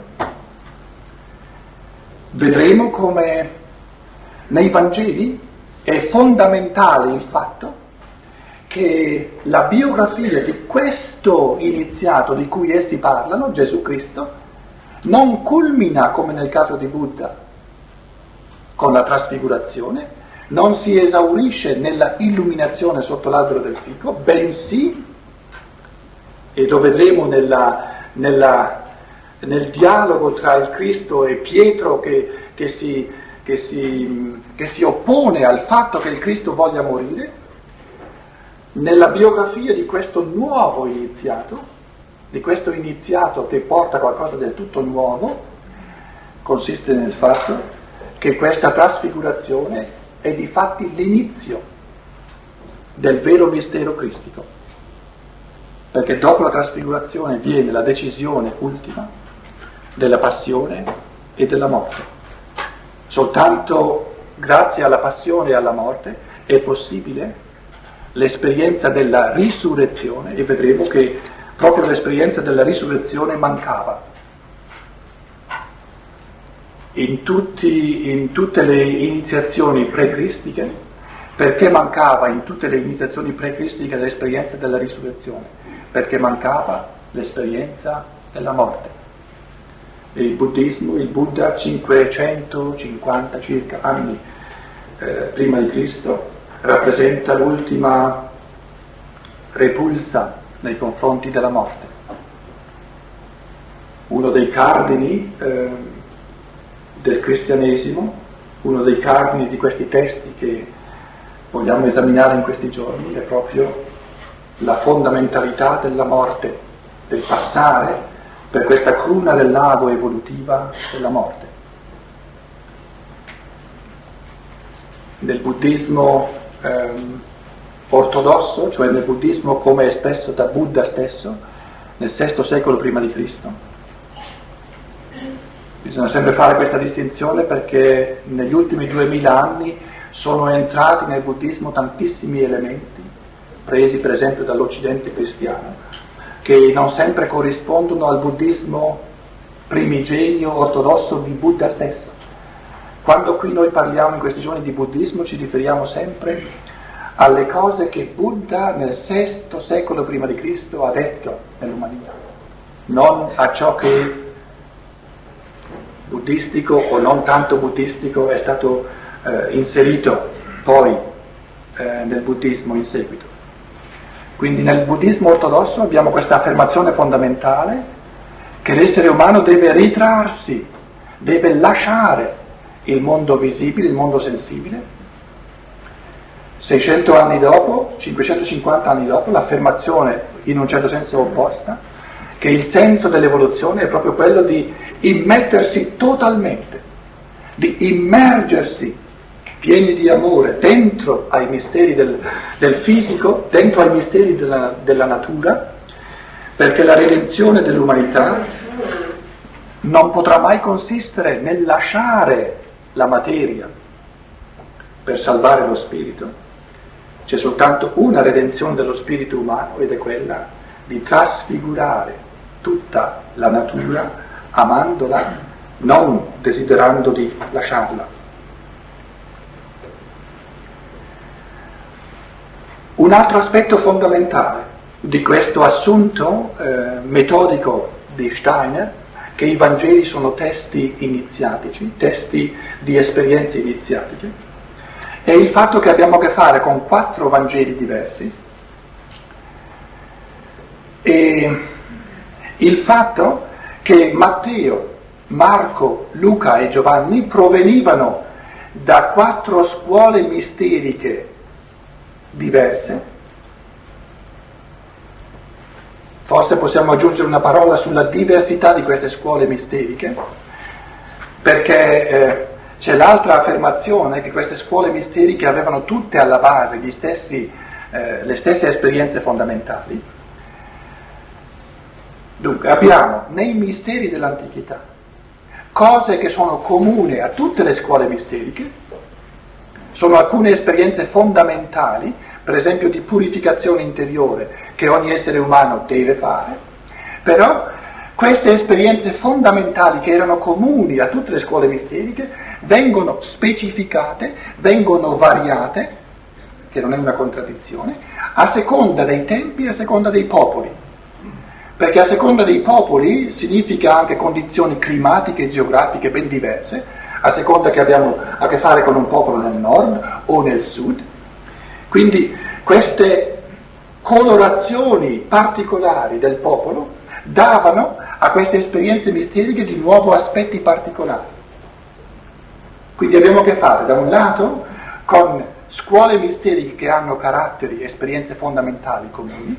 Vedremo come nei Vangeli è fondamentale il fatto che la biografia di questo iniziato di cui essi parlano, Gesù Cristo, non culmina come nel caso di Buddha con la trasfigurazione, non si esaurisce nella illuminazione sotto l'albero del fico, bensì, e lo vedremo nel dialogo tra il Cristo e Pietro che si oppone al fatto che il Cristo voglia morire, nella biografia di questo nuovo iniziato, di questo iniziato che porta qualcosa del tutto nuovo, consiste nel fatto che questa trasfigurazione è di fatti l'inizio del vero mistero cristico, perché dopo la trasfigurazione viene la decisione ultima della passione e della morte. Soltanto grazie alla passione e alla morte è possibile l'esperienza della risurrezione, e vedremo che proprio l'esperienza della risurrezione mancava. in tutte le iniziazioni pre-cristiche, perché mancava in tutte le iniziazioni pre-cristiche l'esperienza della risurrezione, perché mancava l'esperienza della morte. Il buddismo, il Buddha 550 circa anni prima di Cristo rappresenta l'ultima repulsa nei confronti della morte. Uno dei cardini del cristianesimo, uno dei cardini di questi testi che vogliamo esaminare in questi giorni è proprio la fondamentalità della morte, del passare per questa cruna del lago evolutiva della morte. Nel buddismo ortodosso, cioè nel buddismo come espresso da Buddha stesso, nel VI secolo prima di Cristo, bisogna sempre fare questa distinzione perché negli ultimi 2000 anni sono entrati nel buddismo tantissimi elementi, presi per esempio dall'Occidente cristiano, che non sempre corrispondono al buddismo primigenio ortodosso di Buddha stesso. Quando qui noi parliamo in questi giorni di buddismo ci riferiamo sempre alle cose che Buddha nel VI secolo prima di Cristo ha detto nell'umanità, non a ciò che buddistico o non tanto buddistico è stato inserito poi nel buddismo in seguito. Quindi nel buddismo ortodosso abbiamo questa affermazione fondamentale che l'essere umano deve ritrarsi, deve lasciare il mondo visibile, il mondo sensibile. 600 anni dopo, 550 anni dopo, l'affermazione in un certo senso opposta, che il senso dell'evoluzione è proprio quello di immettersi totalmente, di immergersi pieni di amore dentro ai misteri del fisico, dentro ai misteri della natura, perché la redenzione dell'umanità non potrà mai consistere nel lasciare la materia per salvare lo spirito. C'è soltanto una redenzione dello spirito umano ed è quella di trasfigurare tutta la natura amandola, non desiderando di lasciarla. Un altro aspetto fondamentale di questo assunto metodico di Steiner, che i Vangeli sono testi iniziatici, testi di esperienze iniziatiche, è il fatto che abbiamo a che fare con 4 Vangeli diversi e il fatto che Matteo, Marco, Luca e Giovanni provenivano da 4 scuole misteriche diverse. Forse possiamo aggiungere una parola sulla diversità di queste scuole misteriche, perché c'è l'altra affermazione che queste scuole misteriche avevano tutte alla base le stesse esperienze fondamentali. Dunque abbiamo nei misteri dell'antichità cose che sono comuni a tutte le scuole misteriche, sono alcune esperienze fondamentali, per esempio di purificazione interiore che ogni essere umano deve fare, però queste esperienze fondamentali che erano comuni a tutte le scuole misteriche vengono specificate, vengono variate, che non è una contraddizione, a seconda dei tempi e a seconda dei popoli. Perché a seconda dei popoli significa anche condizioni climatiche e geografiche ben diverse, a seconda che abbiamo a che fare con un popolo nel nord o nel sud. Quindi queste colorazioni particolari del popolo davano a queste esperienze misteriche di nuovo aspetti particolari. Quindi abbiamo a che fare da un lato con scuole misteriche che hanno caratteri, esperienze fondamentali comuni,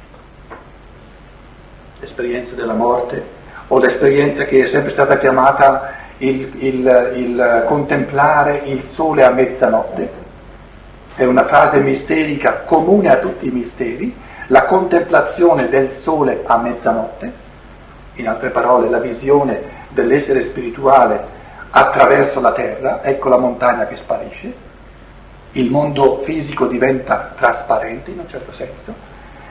l'esperienza della morte o l'esperienza che è sempre stata chiamata il contemplare il sole a mezzanotte, è una frase misterica comune a tutti i misteri, la contemplazione del sole a mezzanotte, in altre parole la visione dell'essere spirituale attraverso la terra, ecco la montagna che sparisce, il mondo fisico diventa trasparente in un certo senso,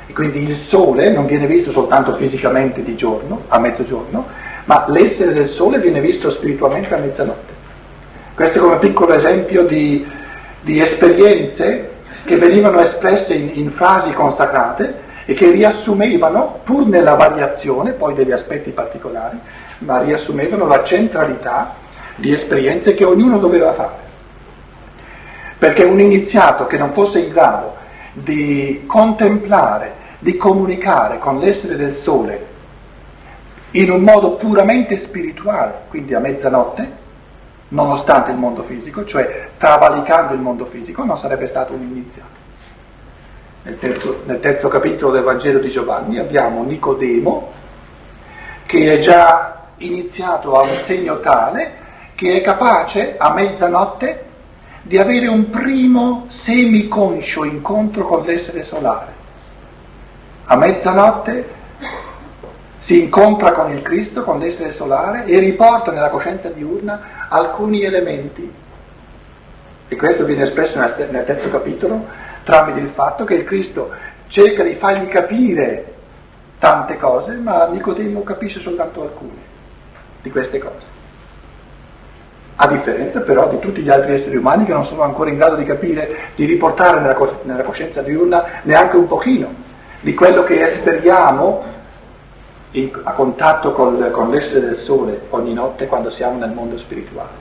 E quindi il sole non viene visto soltanto fisicamente di giorno, a mezzogiorno, ma l'essere del sole viene visto spiritualmente a mezzanotte. Questo è come piccolo esempio di esperienze che venivano espresse in frasi consacrate e che riassumevano, pur nella variazione poi degli aspetti particolari, ma riassumevano la centralità di esperienze che ognuno doveva fare. Perché un iniziato che non fosse in grado di contemplare, di comunicare con l'essere del sole in un modo puramente spirituale, quindi a mezzanotte, nonostante il mondo fisico, cioè travalicando il mondo fisico, non sarebbe stato un iniziato. Nel terzo capitolo del Vangelo di Giovanni abbiamo Nicodemo, che è già iniziato a un segno tale che è capace a mezzanotte di avere un primo semiconscio incontro con l'essere solare. A mezzanotte si incontra con il Cristo, con l'essere solare, e riporta nella coscienza diurna alcuni elementi. E questo viene espresso nel terzo capitolo tramite il fatto che il Cristo cerca di fargli capire tante cose, ma Nicodemo capisce soltanto alcune di queste cose. A differenza però di tutti gli altri esseri umani che non sono ancora in grado di capire, di riportare nella coscienza diurna neanche un pochino di quello che esperiamo a contatto con l'essere del sole ogni notte quando siamo nel mondo spirituale.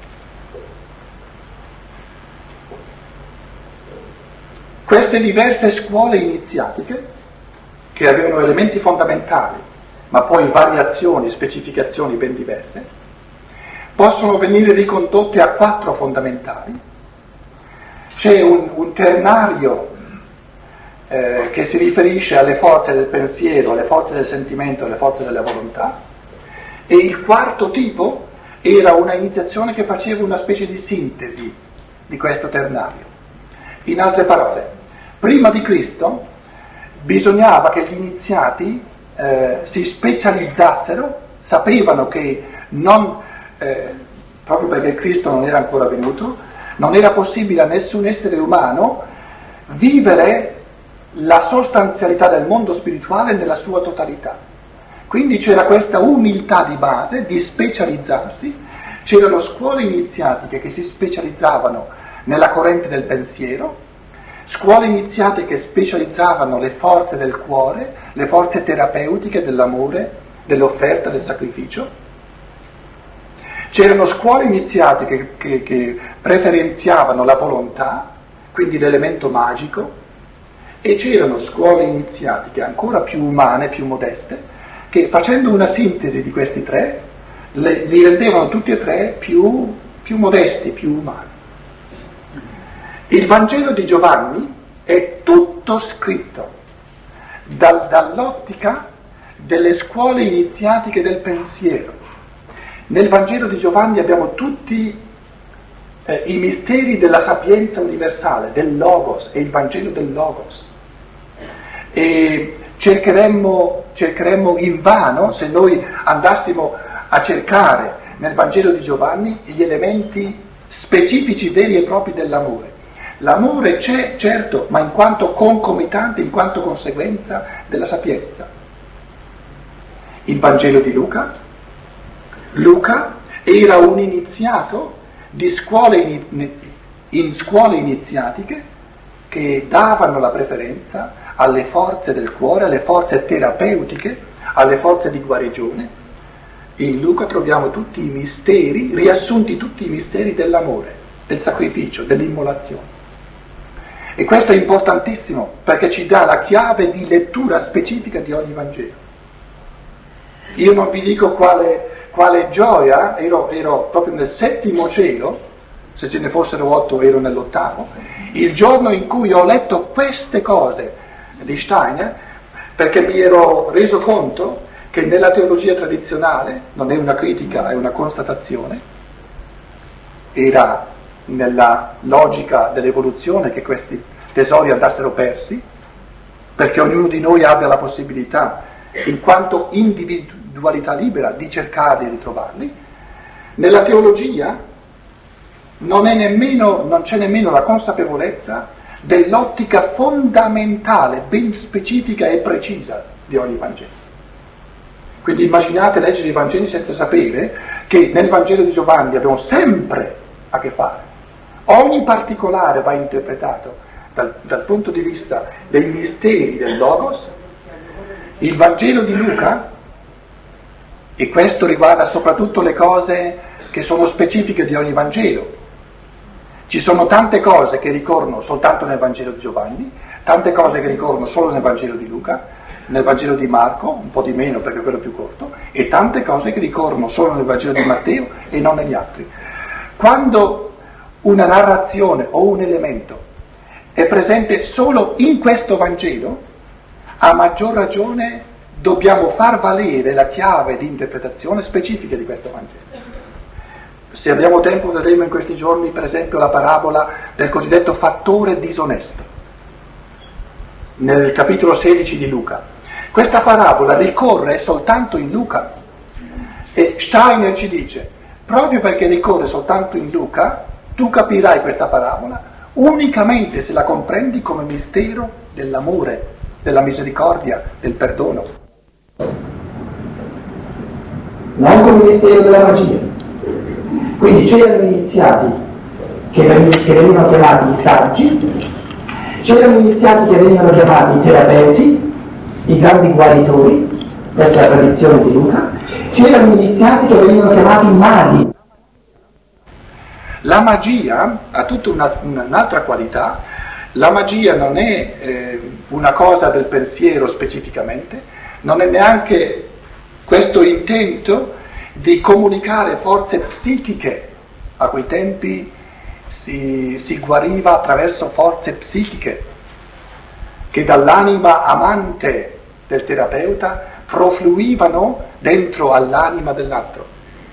Queste diverse scuole iniziatiche, che avevano elementi fondamentali, ma poi variazioni, specificazioni ben diverse, possono venire ricondotte a 4 fondamentali. C'è un ternario che si riferisce alle forze del pensiero, alle forze del sentimento, alle forze della volontà, e il quarto tipo era una iniziazione che faceva una specie di sintesi di questo ternario. In altre parole, prima di Cristo bisognava che gli iniziati si specializzassero, sapevano che proprio perché Cristo non era ancora venuto, non era possibile a nessun essere umano vivere la sostanzialità del mondo spirituale nella sua totalità. Quindi c'era questa umiltà di base di specializzarsi, c'erano scuole iniziatiche che si specializzavano nella corrente del pensiero, scuole iniziatiche che specializzavano le forze del cuore, le forze terapeutiche dell'amore, dell'offerta, del sacrificio. C'erano scuole iniziatiche che preferenziavano la volontà, quindi l'elemento magico, e c'erano scuole iniziatiche ancora più umane, più modeste, che facendo una sintesi di questi tre, li rendevano tutti e tre più modesti, più umani. Il Vangelo di Giovanni è tutto scritto dall'ottica delle scuole iniziatiche del pensiero. Nel Vangelo di Giovanni abbiamo tutti i misteri della sapienza universale, del Logos, è il Vangelo del Logos. E cercheremmo invano, se noi andassimo a cercare nel Vangelo di Giovanni gli elementi specifici veri e propri dell'amore. L'amore c'è, certo, ma in quanto concomitante, in quanto conseguenza della sapienza. Il Vangelo di Luca era un iniziato di scuole iniziatiche che davano la preferenza alle forze del cuore, alle forze terapeutiche, alle forze di guarigione. In Luca troviamo tutti i misteri, riassunti tutti i misteri dell'amore, del sacrificio, dell'immolazione. E questo è importantissimo perché ci dà la chiave di lettura specifica di ogni Vangelo. Io non vi dico quale gioia, ero proprio nel 7° cielo, se ce ne fossero 8 ero nell'8º, il giorno in cui ho letto queste cose di Steiner, perché mi ero reso conto che nella teologia tradizionale, non è una critica, è una constatazione, era nella logica dell'evoluzione che questi tesori andassero persi, perché ognuno di noi abbia la possibilità, in quanto individualità libera, di cercarli e di ritrovarli. Nella teologia non c'è nemmeno la consapevolezza dell'ottica fondamentale, ben specifica e precisa di ogni Vangelo. Quindi immaginate leggere i Vangeli senza sapere che nel Vangelo di Giovanni abbiamo sempre a che fare. Ogni particolare va interpretato dal punto di vista dei misteri del Logos. Il Vangelo di Luca, e questo riguarda soprattutto le cose che sono specifiche di ogni Vangelo. Ci sono tante cose che ricorrono soltanto nel Vangelo di Giovanni, tante cose che ricorrono solo nel Vangelo di Luca, nel Vangelo di Marco, un po' di meno perché è quello più corto, e tante cose che ricorrono solo nel Vangelo di Matteo e non negli altri. Quando una narrazione o un elemento è presente solo in questo Vangelo, a maggior ragione dobbiamo far valere la chiave di interpretazione specifica di questo Vangelo. Se abbiamo tempo vedremo in questi giorni per esempio la parabola del cosiddetto fattore disonesto, nel capitolo 16 di Luca. Questa parabola ricorre soltanto in Luca e Steiner ci dice, proprio perché ricorre soltanto in Luca, tu capirai questa parabola unicamente se la comprendi come mistero dell'amore, della misericordia, del perdono. Non come mistero della magia. Quindi c'erano iniziati che venivano chiamati i saggi, c'erano iniziati che venivano chiamati i terapeuti, i grandi guaritori, questa è la tradizione di Luca, c'erano iniziati che venivano chiamati maghi. La magia ha tutta un'altra qualità. La magia non è una cosa del pensiero specificamente, non è neanche questo intento di comunicare forze psichiche. A quei tempi si guariva attraverso forze psichiche che dall'anima amante del terapeuta profluivano dentro all'anima dell'altro.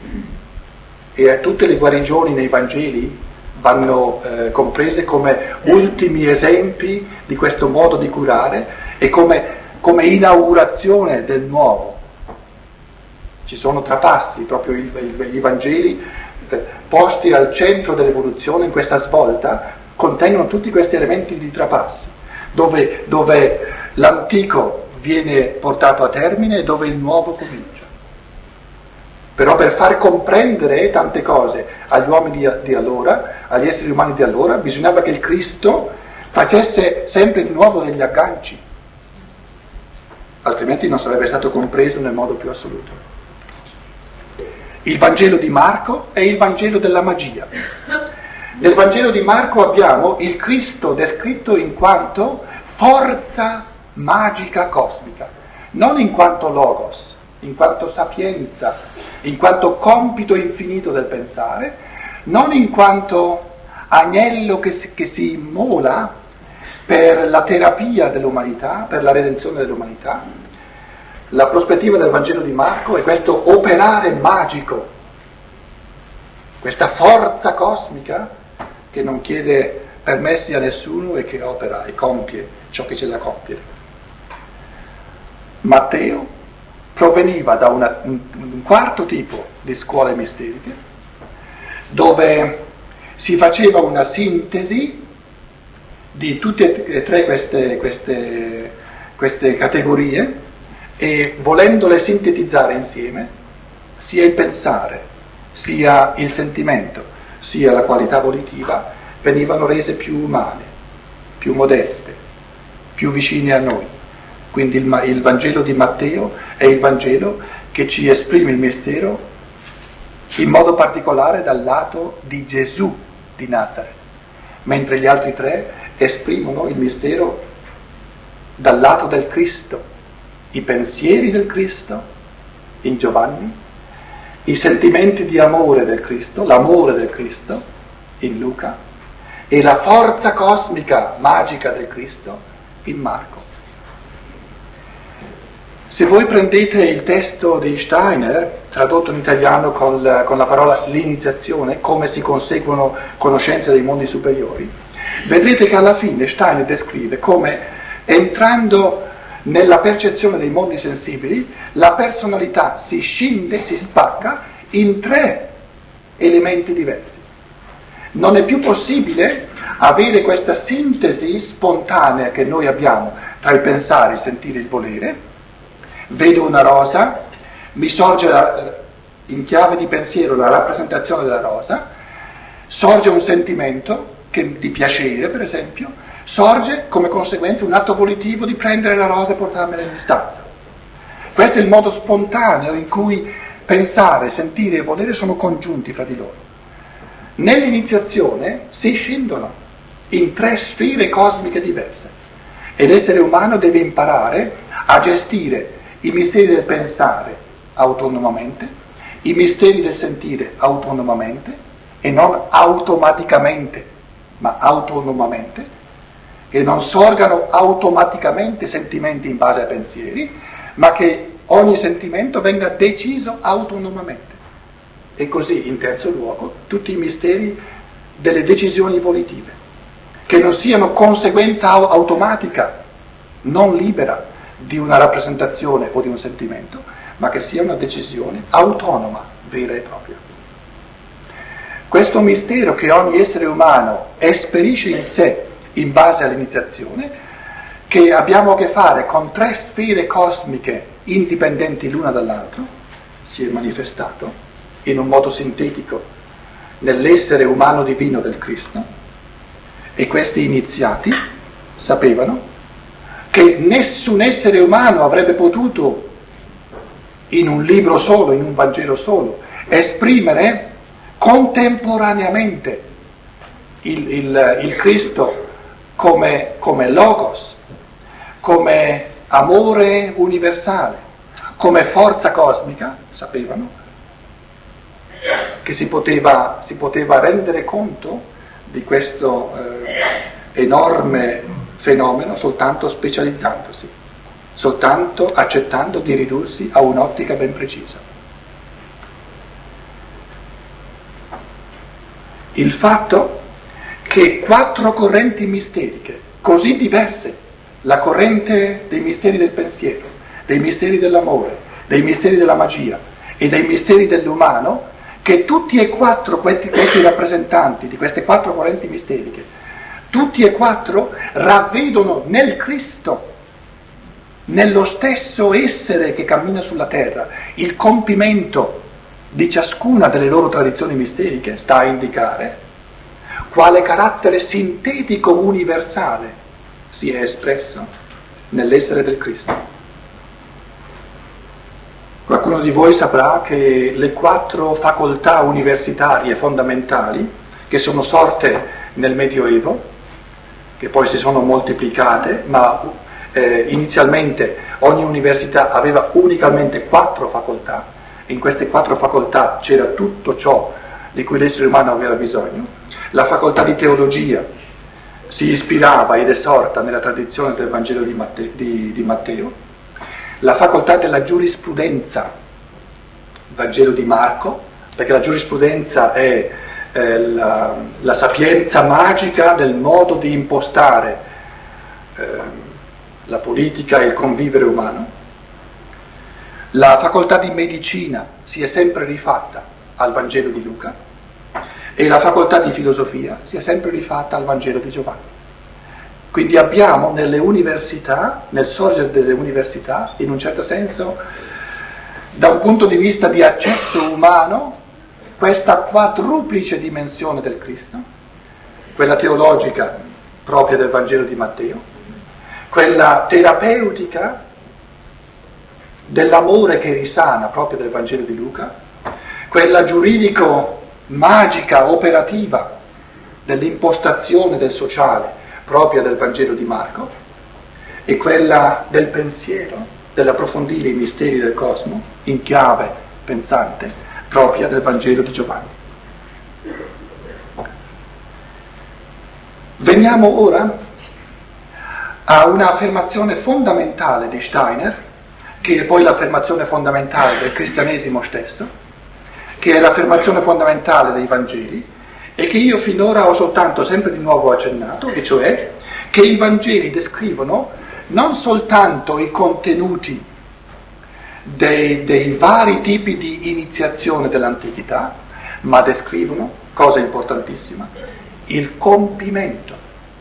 E tutte le guarigioni nei Vangeli vanno comprese come ultimi esempi di questo modo di curare e come inaugurazione del nuovo. Ci sono trapassi, proprio i Vangeli posti al centro dell'evoluzione in questa svolta contengono tutti questi elementi di trapasso, dove l'antico viene portato a termine e dove il nuovo comincia. Però per far comprendere tante cose agli uomini di allora, agli esseri umani di allora, bisognava che il Cristo facesse sempre di nuovo degli agganci, altrimenti non sarebbe stato compreso nel modo più assoluto. Il Vangelo di Marco è il Vangelo della magia. Nel Vangelo di Marco abbiamo il Cristo descritto in quanto forza magica cosmica, non in quanto logos, in quanto sapienza, in quanto compito infinito del pensare, non in quanto agnello che si immola per la terapia dell'umanità, per la redenzione dell'umanità. La prospettiva del Vangelo di Marco è questo operare magico, questa forza cosmica che non chiede permessi a nessuno e che opera e compie ciò che c'è da compiere. Matteo proveniva da un quarto tipo di scuole misteriche, dove si faceva una sintesi di tutte e tre queste categorie, e volendole sintetizzare insieme, sia il pensare, sia il sentimento, sia la qualità volitiva, venivano rese più umane, più modeste, più vicine a noi. Quindi il Vangelo di Matteo è il Vangelo che ci esprime il mistero in modo particolare dal lato di Gesù di Nazareth, mentre gli altri tre esprimono il mistero dal lato del Cristo, i pensieri del Cristo in Giovanni, i sentimenti di amore del Cristo, l'amore del Cristo in Luca e la forza cosmica, magica del Cristo in Marco. Se voi prendete il testo di Steiner, tradotto in italiano con la parola l'iniziazione, come si conseguono conoscenze dei mondi superiori, vedrete che alla fine Steiner descrive come, entrando nella percezione dei mondi sensibili, la personalità si scinde, si spacca in tre elementi diversi. Non è più possibile avere questa sintesi spontanea che noi abbiamo tra il pensare, il sentire e il volere. Vedo una rosa, mi sorge in chiave di pensiero la rappresentazione della rosa, sorge un sentimento di piacere, per esempio, sorge come conseguenza un atto volitivo di prendere la rosa e portarmela in stanza. Questo è il modo spontaneo in cui pensare, sentire e volere sono congiunti fra di loro. Nell'iniziazione si scendono in 3 sfere cosmiche diverse e l'essere umano deve imparare a gestire i misteri del pensare autonomamente, i misteri del sentire autonomamente e non automaticamente, ma autonomamente, che non sorgano automaticamente sentimenti in base ai pensieri, ma che ogni sentimento venga deciso autonomamente. E così, in terzo luogo, tutti i misteri delle decisioni volitive, che non siano conseguenza automatica, non libera di una rappresentazione o di un sentimento, ma che sia una decisione autonoma, vera e propria. Questo mistero che ogni essere umano esperisce in sé in base all'iniziazione, che abbiamo a che fare con 3 sfere cosmiche indipendenti l'una dall'altra, si è manifestato in un modo sintetico nell'essere umano divino del Cristo, e questi iniziati sapevano che nessun essere umano avrebbe potuto in un libro solo, in un Vangelo solo, esprimere contemporaneamente il Cristo come logos, come amore universale, come forza cosmica. Sapevano che si poteva rendere conto di questo enorme fenomeno soltanto specializzandosi, soltanto accettando di ridursi a un'ottica ben precisa. Il fatto che 4 correnti misteriche così diverse, la corrente dei misteri del pensiero, dei misteri dell'amore, dei misteri della magia e dei misteri dell'umano, che tutti e 4 questi rappresentanti di queste 4 correnti misteriche, tutti e 4 ravvedono nel Cristo, nello stesso essere che cammina sulla terra, il compimento di ciascuna delle loro tradizioni misteriche, sta a indicare quale carattere sintetico universale si è espresso nell'essere del Cristo. Qualcuno di voi saprà che le 4 facoltà universitarie fondamentali che sono sorte nel Medioevo, che poi si sono moltiplicate, ma inizialmente ogni università aveva unicamente 4 facoltà, e in queste 4 facoltà c'era tutto ciò di cui l'essere umano aveva bisogno. La facoltà di teologia si ispirava ed è sorta nella tradizione del Vangelo di Matteo. La facoltà della giurisprudenza, Vangelo di Marco, perché la giurisprudenza è la sapienza magica del modo di impostare la politica e il convivere umano. La facoltà di medicina si è sempre rifatta al Vangelo di Luca e la facoltà di filosofia si è sempre rifatta al Vangelo di Giovanni. Quindi abbiamo nelle università, nel sorgere delle università, in un certo senso, da un punto di vista di accesso umano, questa quadruplice dimensione del Cristo, quella teologica propria del Vangelo di Matteo, quella terapeutica dell'amore che risana proprio del Vangelo di Luca, quella giuridico-magica, operativa dell'impostazione del sociale propria del Vangelo di Marco, e quella del pensiero, dell'approfondire i misteri del cosmo in chiave pensante propria del Vangelo di Giovanni. Veniamo ora a un'affermazione fondamentale di Steiner, che è poi l'affermazione fondamentale del cristianesimo stesso, che è l'affermazione fondamentale dei Vangeli, e che io finora ho soltanto sempre di nuovo accennato, e cioè che i Vangeli descrivono non soltanto i contenuti dei vari tipi di iniziazione dell'antichità, ma descrivono, cosa importantissima, il compimento,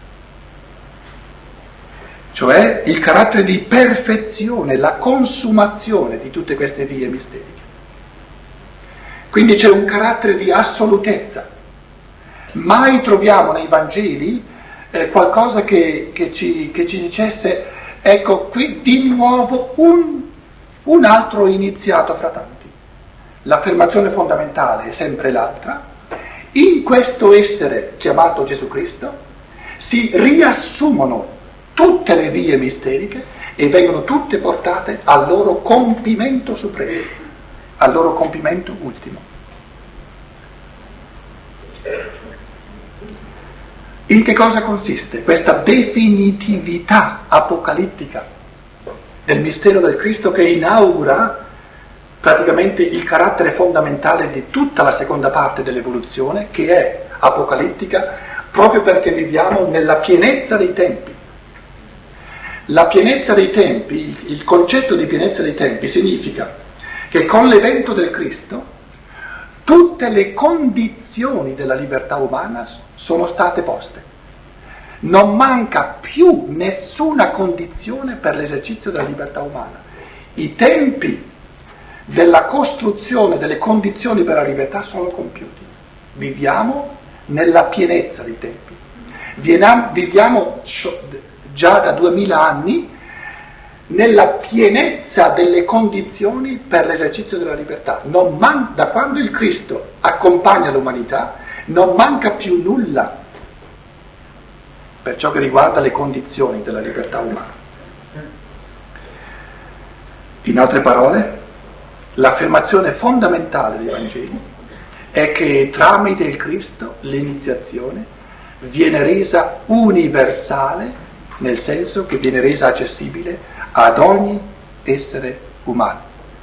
cioè il carattere di perfezione, la consumazione di tutte queste vie misteriche. Quindi c'è un carattere di assolutezza. Mai troviamo nei Vangeli qualcosa che ci dicesse, ecco qui di nuovo un altro iniziato fra tanti. L'affermazione fondamentale è sempre l'altra. In questo essere chiamato Gesù Cristo si riassumono tutte le vie misteriche e vengono tutte portate al loro compimento supremo, al loro compimento ultimo. In che cosa consiste questa definitività apocalittica del mistero del Cristo che inaugura praticamente il carattere fondamentale di tutta la seconda parte dell'evoluzione, che è apocalittica proprio perché viviamo nella pienezza dei tempi. La pienezza dei tempi, il concetto di pienezza dei tempi significa che con l'evento del Cristo tutte le condizioni della libertà umana sono state poste. Non manca più nessuna condizione per l'esercizio della libertà umana. I tempi della costruzione delle condizioni per la libertà sono compiuti. Viviamo nella pienezza dei tempi. Viviamo già da 2000 anni nella pienezza delle condizioni per l'esercizio della libertà. Da quando il Cristo accompagna l'umanità non manca più nulla per ciò che riguarda le condizioni della libertà umana. In altre parole, l'affermazione fondamentale dei Vangeli è che tramite il Cristo l'iniziazione viene resa universale, nel senso che viene resa accessibile ad ogni essere umano.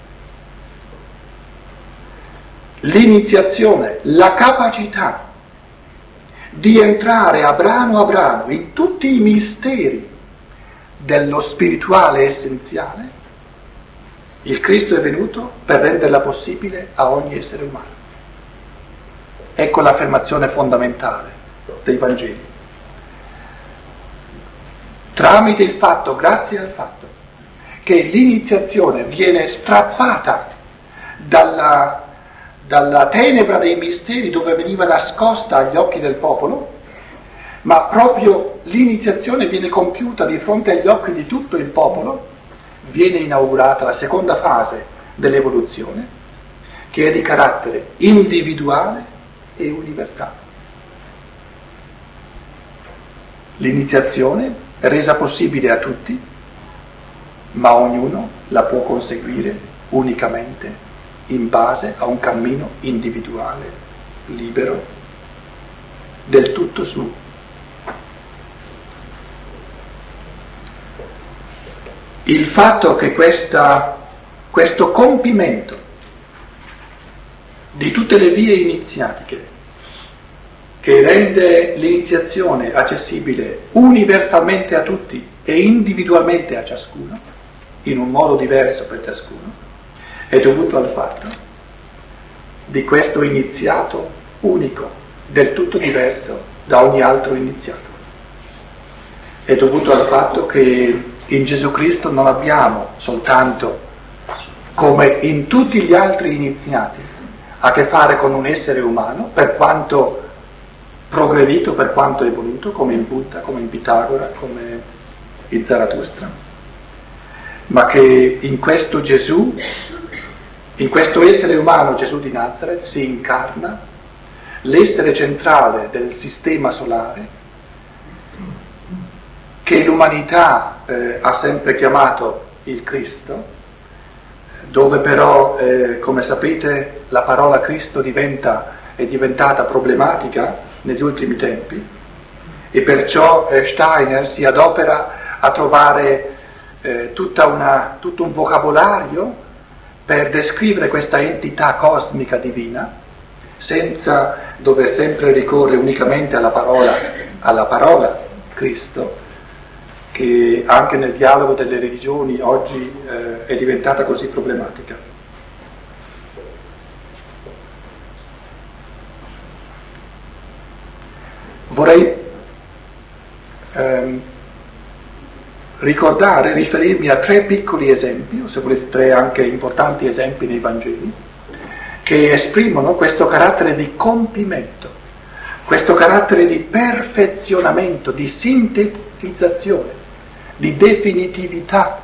L'iniziazione, la capacità di entrare a brano in tutti i misteri dello spirituale essenziale, il Cristo è venuto per renderla possibile a ogni essere umano. Ecco l'affermazione fondamentale dei Vangeli. Tramite il fatto, grazie al fatto, che l'iniziazione viene strappata dalla tenebra dei misteri dove veniva nascosta agli occhi del popolo, ma proprio l'iniziazione viene compiuta di fronte agli occhi di tutto il popolo, viene inaugurata la seconda fase dell'evoluzione, che è di carattere individuale e universale. L'iniziazione è resa possibile a tutti, ma ognuno la può conseguire unicamente in base a un cammino individuale, libero, del tutto suo. Il fatto che questo compimento di tutte le vie iniziatiche, che rende l'iniziazione accessibile universalmente a tutti e individualmente a ciascuno, in un modo diverso per ciascuno, è dovuto al fatto di questo iniziato unico, del tutto diverso da ogni altro iniziato. È dovuto al fatto che in Gesù Cristo non abbiamo soltanto, come in tutti gli altri iniziati, a che fare con un essere umano, per quanto progredito, per quanto evoluto, come in Buddha, come in Pitagora, come in Zarathustra, ma che in questo Gesù, in questo essere umano Gesù di Nazareth, si incarna l'essere centrale del sistema solare, che l'umanità ha sempre chiamato il Cristo, dove però, come sapete, la parola Cristo è diventata problematica negli ultimi tempi, e perciò Steiner si adopera a trovare tutto un vocabolario per descrivere questa entità cosmica divina, senza dover sempre ricorrere unicamente alla parola Cristo, che anche nel dialogo delle religioni oggi è diventata così problematica. riferirmi a 3 piccoli esempi, o se volete 3 anche importanti esempi nei Vangeli, che esprimono questo carattere di compimento, questo carattere di perfezionamento, di sintetizzazione, di definitività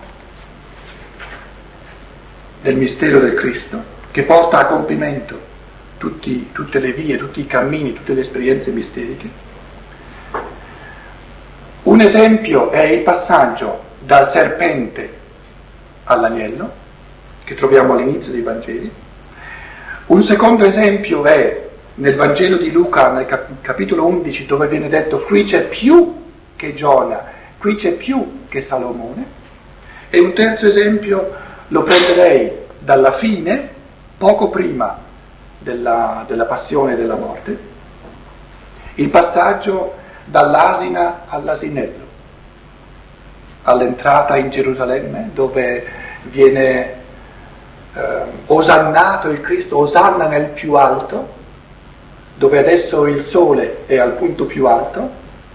del mistero del Cristo, che porta a compimento tutte le vie, tutti i cammini, tutte le esperienze misteriche. Un esempio è il passaggio dal serpente all'agnello, che troviamo all'inizio dei Vangeli. Un secondo esempio è nel Vangelo di Luca, nel capitolo 11, dove viene detto: qui c'è più che Giona, qui c'è più che Salomone. E un terzo esempio lo prenderei dalla fine, poco prima della passione e della morte, il passaggio dall'asina all'asinello, all'entrata in Gerusalemme, dove viene osannato il Cristo, osanna nel più alto, dove adesso il sole è al punto più alto,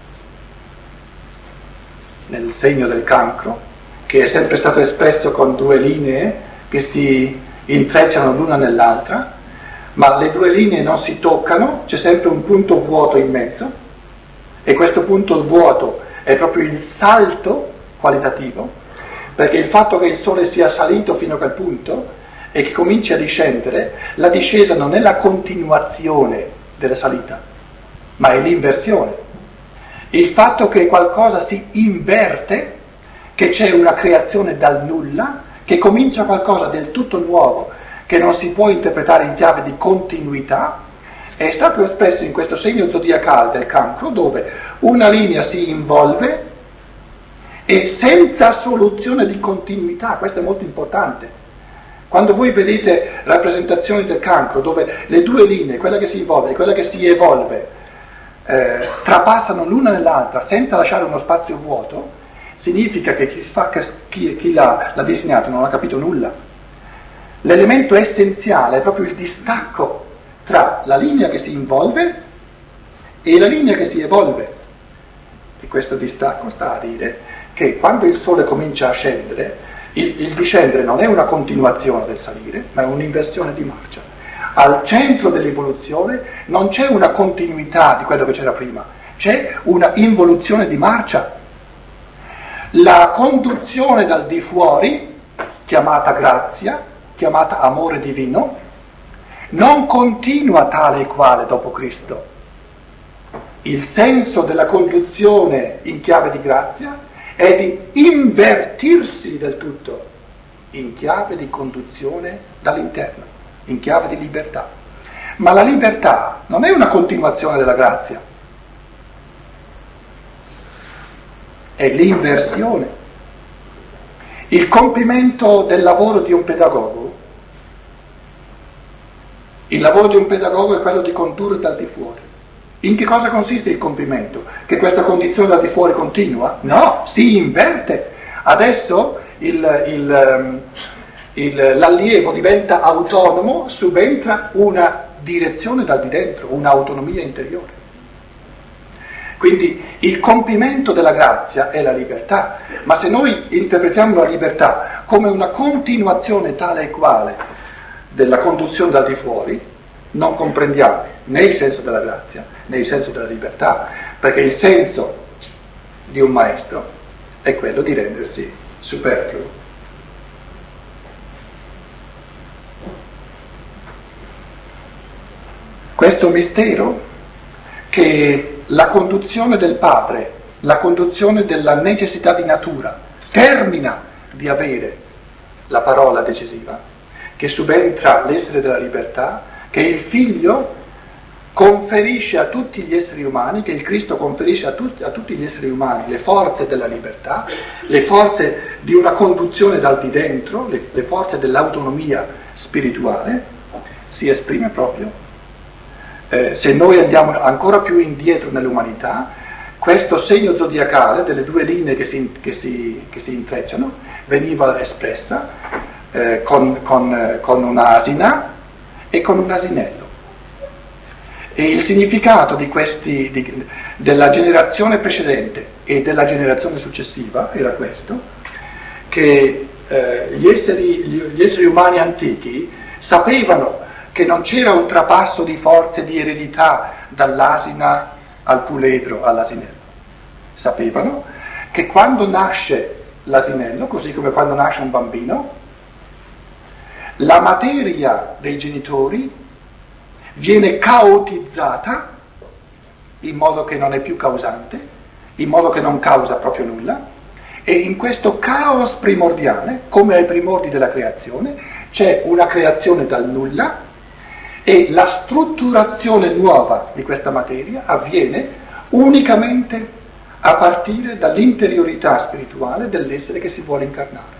nel segno del cancro, che è sempre stato espresso con 2 linee che si intrecciano l'una nell'altra, ma le 2 linee non si toccano, c'è sempre un punto vuoto in mezzo, e questo punto vuoto è proprio il salto qualitativo, perché il fatto che il sole sia salito fino a quel punto e che cominci a discendere, la discesa non è la continuazione della salita, ma è l'inversione. Il fatto che qualcosa si inverte, che c'è una creazione dal nulla, che comincia qualcosa del tutto nuovo, che non si può interpretare in chiave di continuità, è stato espresso in questo segno zodiacale del cancro, dove una linea si involve e senza soluzione di continuità. Questo è molto importante. Quando voi vedete rappresentazioni del cancro dove le 2 linee, quella che si involve e quella che si evolve, trapassano l'una nell'altra senza lasciare uno spazio vuoto, significa che chi l'ha disegnato non ha capito nulla. L'elemento essenziale è proprio il distacco tra la linea che si involve e la linea che si evolve. E questo distacco sta a dire che quando il sole comincia a scendere, il discendere non è una continuazione del salire, ma è un'inversione di marcia. Al centro dell'evoluzione non c'è una continuità di quello che c'era prima, c'è una involuzione di marcia. La conduzione dal di fuori, chiamata grazia, chiamata amore divino, non continua tale e quale dopo Cristo. Il senso della conduzione in chiave di grazia è di invertirsi del tutto in chiave di conduzione dall'interno, in chiave di libertà. Ma la libertà non è una continuazione della grazia, è l'inversione. Il compimento del lavoro di un pedagogo, il lavoro di un pedagogo è quello di condurre dal di fuori. In che cosa consiste il compimento? Che questa condizione dal di fuori continua? No, si inverte. Adesso l'allievo diventa autonomo, subentra una direzione dal di dentro, un'autonomia interiore. Quindi il compimento della grazia è la libertà, ma se noi interpretiamo la libertà come una continuazione tale e quale della conduzione dal di fuori, non comprendiamo né il senso della grazia né il senso della libertà, perché il senso di un maestro è quello di rendersi superfluo. Questo mistero che la conduzione del Padre, la conduzione della necessità di natura, termina di avere la parola decisiva, che subentra l'essere della libertà, che il Figlio conferisce a tutti gli esseri umani, che il Cristo conferisce a tutti gli esseri umani le forze della libertà, le forze di una conduzione dal di dentro, le forze dell'autonomia spirituale, si esprime proprio. Se noi andiamo ancora più indietro nell'umanità, questo segno zodiacale delle 2 linee che si intrecciano veniva espressa con un'asina e con un asinello. E il significato di della generazione precedente e della generazione successiva era questo, che gli esseri umani antichi sapevano che non c'era un trapasso di forze di eredità dall'asina al puledro all'asinello. Sapevano che quando nasce l'asinello, così come quando nasce un bambino, la materia dei genitori viene caotizzata in modo che non è più causante, in modo che non causa proprio nulla, e in questo caos primordiale, come ai primordi della creazione, c'è una creazione dal nulla e la strutturazione nuova di questa materia avviene unicamente a partire dall'interiorità spirituale dell'essere che si vuole incarnare.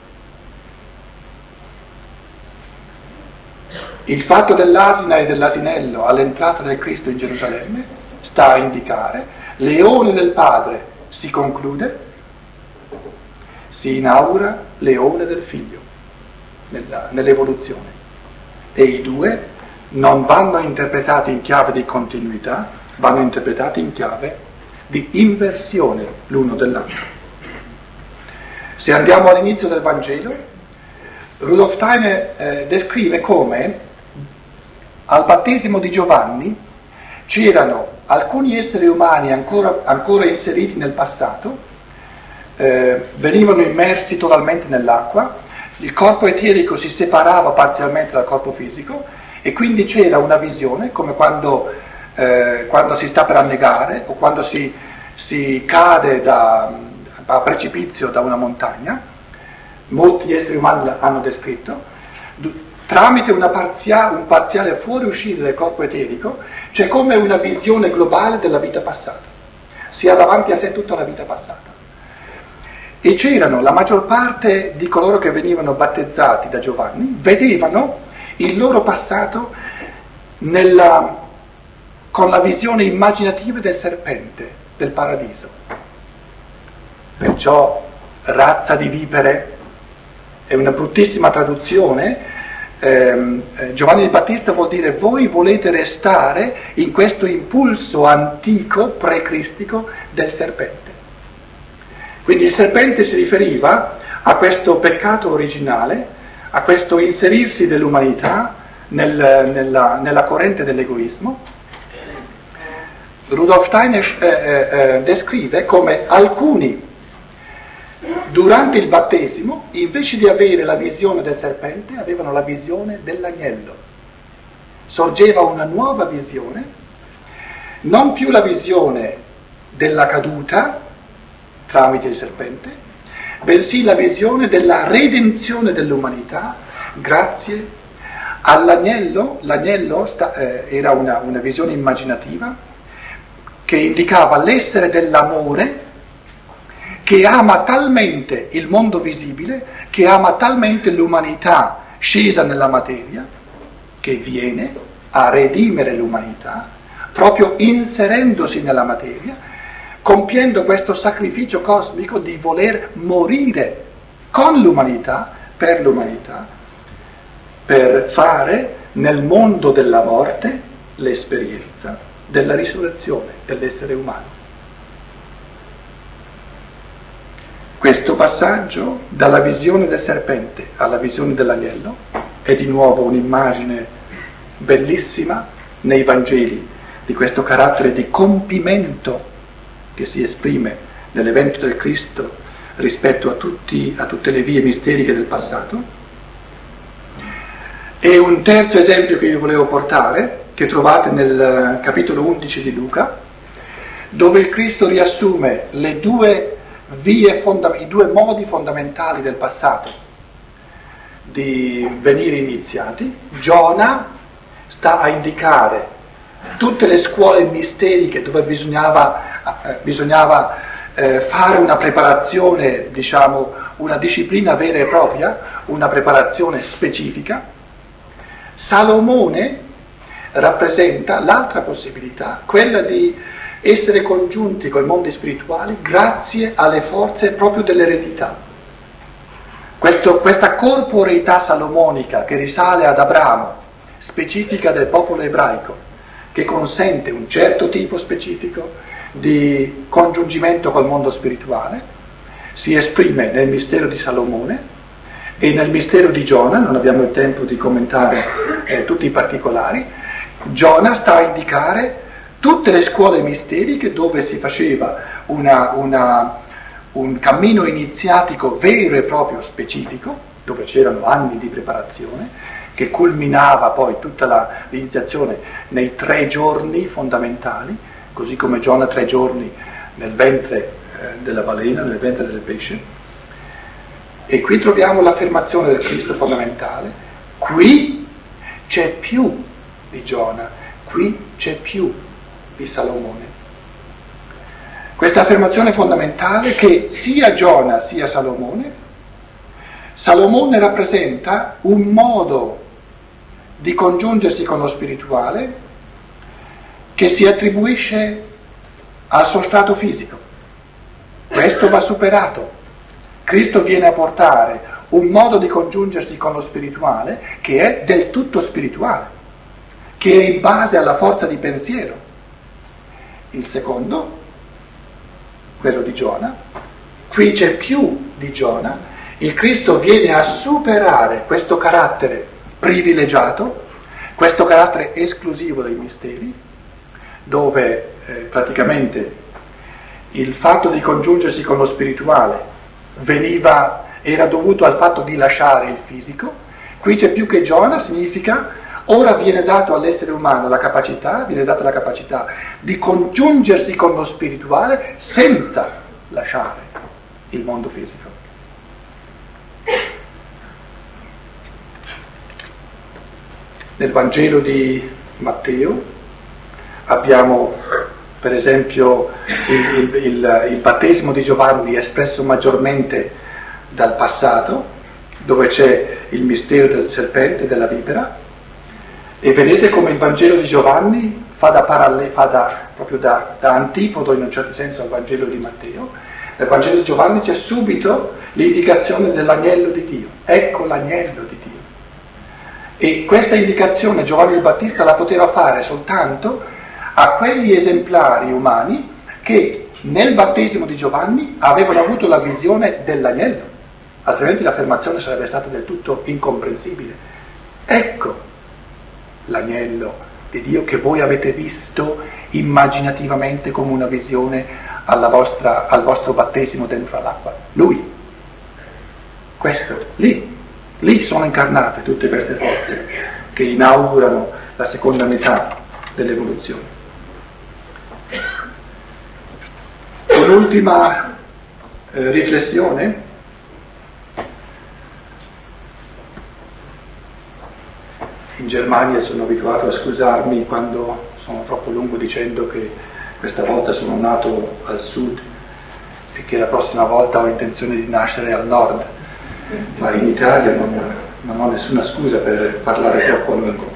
Il fatto dell'asina e dell'asinello all'entrata del Cristo in Gerusalemme sta a indicare leone del Padre si conclude, si inaugura leone del Figlio nell'evoluzione, e i due non vanno interpretati in chiave di continuità, vanno interpretati in chiave di inversione l'uno dell'altro. Se andiamo all'inizio del Vangelo, Rudolf Steiner descrive come al battesimo di Giovanni c'erano alcuni esseri umani ancora inseriti nel passato, venivano immersi totalmente nell'acqua, il corpo eterico si separava parzialmente dal corpo fisico e quindi c'era una visione come quando si sta per annegare o quando si cade a precipizio da una montagna. Molti esseri umani hanno descritto, tramite un parziale fuoriuscire del corpo eterico, c'è come una visione globale della vita passata, si ha davanti a sé tutta la vita passata. E c'erano, la maggior parte di coloro che venivano battezzati da Giovanni, vedevano il loro passato con la visione immaginativa del serpente, del paradiso. Perciò razza di vipere è una bruttissima traduzione. Giovanni il Battista vuol dire voi volete restare in questo impulso antico, pre-cristico del serpente. Quindi il serpente si riferiva a questo peccato originale, a questo inserirsi dell'umanità nella corrente dell'egoismo. Rudolf Steiner descrive come alcuni durante il battesimo, invece di avere la visione del serpente, avevano la visione dell'agnello. Sorgeva una nuova visione, non più la visione della caduta tramite il serpente, bensì la visione della redenzione dell'umanità grazie all'agnello. L'agnello era una visione immaginativa che indicava l'essere dell'amore che ama talmente il mondo visibile, che ama talmente l'umanità scesa nella materia, che viene a redimere l'umanità, proprio inserendosi nella materia, compiendo questo sacrificio cosmico di voler morire con l'umanità, per fare nel mondo della morte l'esperienza della risurrezione dell'essere umano. Questo passaggio dalla visione del serpente alla visione dell'agnello è di nuovo un'immagine bellissima nei Vangeli di questo carattere di compimento che si esprime nell'evento del Cristo rispetto a tutte le vie misteriche del passato. E un terzo esempio che io volevo portare, che trovate nel capitolo 11 di Luca, dove il Cristo riassume i due modi fondamentali del passato di venire iniziati. Giona sta a indicare tutte le scuole misteriche dove bisognava fare una preparazione, una disciplina vera e propria, una preparazione specifica. Salomone rappresenta l'altra possibilità, quella di essere congiunti con i mondi spirituali grazie alle forze proprio dell'eredità. Questa corporeità salomonica che risale ad Abramo, specifica del popolo ebraico, che consente un certo tipo specifico di congiungimento col mondo spirituale, si esprime nel mistero di Salomone e nel mistero di Giona. Non abbiamo il tempo di commentare tutti i particolari. Giona sta a indicare tutte le scuole misteriche dove si faceva un cammino iniziatico vero e proprio specifico, dove c'erano anni di preparazione, che culminava poi tutta l'iniziazione nei 3 giorni fondamentali, così come Giona 3 giorni nel ventre della balena, nel ventre del pesce. E qui troviamo l'affermazione del Cristo fondamentale: qui c'è più di Giona, qui c'è più di Salomone. Questa affermazione fondamentale che sia Giona sia Salomone rappresenta un modo di congiungersi con lo spirituale che si attribuisce al suo stato fisico. Questo va superato. Cristo viene a portare un modo di congiungersi con lo spirituale che è del tutto spirituale, che è in base alla forza di pensiero. Il secondo, quello di Giona, qui c'è più di Giona. Il Cristo viene a superare questo carattere privilegiato, questo carattere esclusivo dei misteri, dove praticamente il fatto di congiungersi con lo spirituale era dovuto al fatto di lasciare il fisico. Qui c'è più che Giona, significa ora viene dato all'essere umano viene data la capacità di congiungersi con lo spirituale senza lasciare il mondo fisico. Nel Vangelo di Matteo abbiamo per esempio il battesimo di Giovanni espresso maggiormente dal passato, dove c'è il mistero del serpente e della vipera, e vedete come il Vangelo di Giovanni proprio da antipodo in un certo senso al Vangelo di Matteo. Nel Vangelo di Giovanni c'è subito l'indicazione dell'agnello di Dio. Ecco l'agnello di Dio. E questa indicazione Giovanni il Battista la poteva fare soltanto a quegli esemplari umani che nel battesimo di Giovanni avevano avuto la visione dell'agnello, altrimenti l'affermazione sarebbe stata del tutto incomprensibile. Ecco l'agnello di Dio che voi avete visto immaginativamente come una visione al vostro battesimo dentro all'acqua. Lui, questo, lì sono incarnate tutte queste forze che inaugurano la seconda metà dell'evoluzione. Un'ultima riflessione. In Germania sono abituato a scusarmi quando sono troppo lungo dicendo che questa volta sono nato al sud e che la prossima volta ho intenzione di nascere al nord, ma in Italia non ho nessuna scusa per parlare troppo a lungo.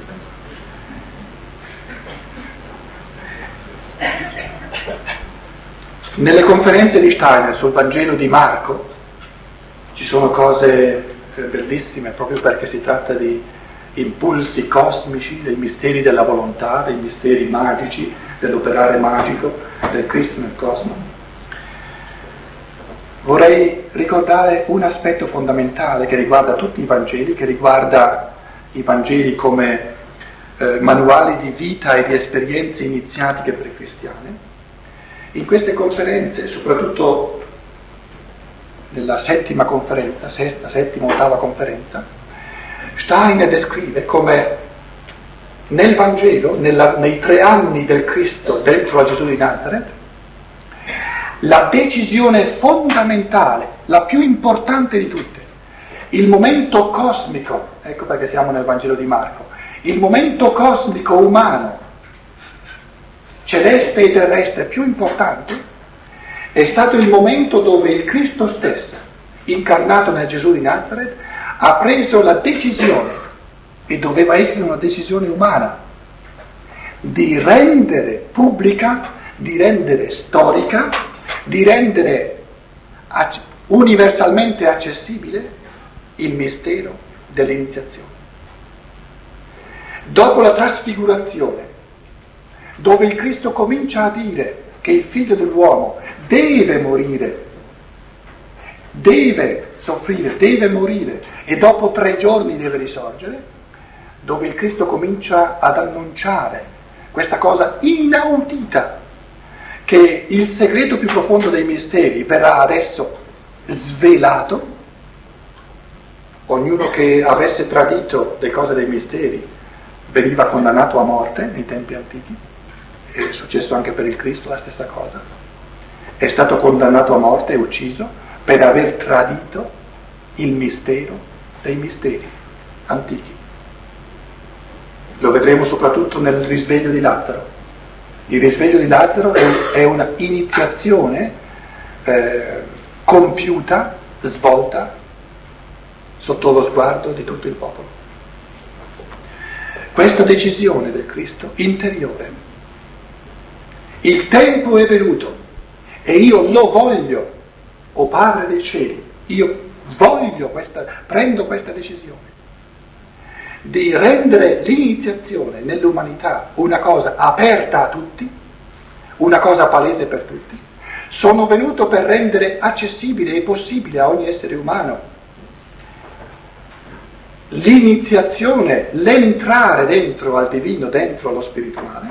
Nelle conferenze di Steiner sul Vangelo di Marco ci sono cose bellissime, proprio perché si tratta di impulsi cosmici, dei misteri della volontà, dei misteri magici, dell'operare magico del Cristo nel cosmo. Vorrei ricordare un aspetto fondamentale che riguarda tutti i Vangeli, che riguarda i Vangeli come manuali di vita e di esperienze iniziatiche per i cristiani. In queste conferenze, soprattutto nella settima conferenza, sesta, settima, ottava conferenza, Steiner descrive come nel Vangelo, nei 3 anni del Cristo dentro a Gesù di Nazareth, la decisione fondamentale, la più importante di tutte, il momento cosmico, ecco perché siamo nel Vangelo di Marco, il momento cosmico umano, celeste e terrestre più importante, è stato il momento dove il Cristo stesso, incarnato nel Gesù di Nazareth, ha preso la decisione, e doveva essere una decisione umana, di rendere pubblica, di rendere storica, di rendere universalmente accessibile il mistero dell'iniziazione. Dopo la trasfigurazione dove il Cristo comincia a dire che il figlio dell'uomo deve morire, deve soffrire, deve morire e dopo 3 giorni deve risorgere, dove il Cristo comincia ad annunciare questa cosa inaudita, che il segreto più profondo dei misteri verrà adesso svelato. Ognuno che avesse tradito le cose dei misteri veniva condannato a morte nei tempi antichi, è successo anche per il Cristo la stessa cosa, è stato condannato a morte e ucciso per aver tradito il mistero dei misteri antichi. Lo vedremo soprattutto nel risveglio di Lazzaro. Il risveglio di Lazzaro è una iniziazione compiuta, svolta, sotto lo sguardo di tutto il popolo. Questa decisione del Cristo interiore, il tempo è venuto e io lo voglio, o Padre dei cieli, io voglio prendo questa decisione di rendere l'iniziazione nell'umanità una cosa aperta a tutti, una cosa palese per tutti. Sono venuto per rendere accessibile e possibile a ogni essere umano l'iniziazione, l'entrare dentro al divino, dentro allo spirituale.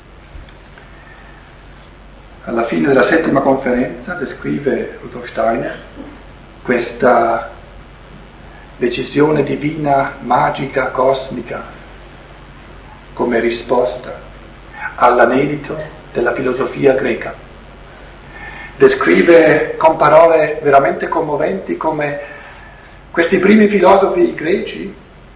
Alla fine della 7ª conferenza descrive Rudolf Steiner questa decisione divina, magica, cosmica, come risposta all'anelito della filosofia greca. Descrive con parole veramente commoventi come questi primi filosofi greci,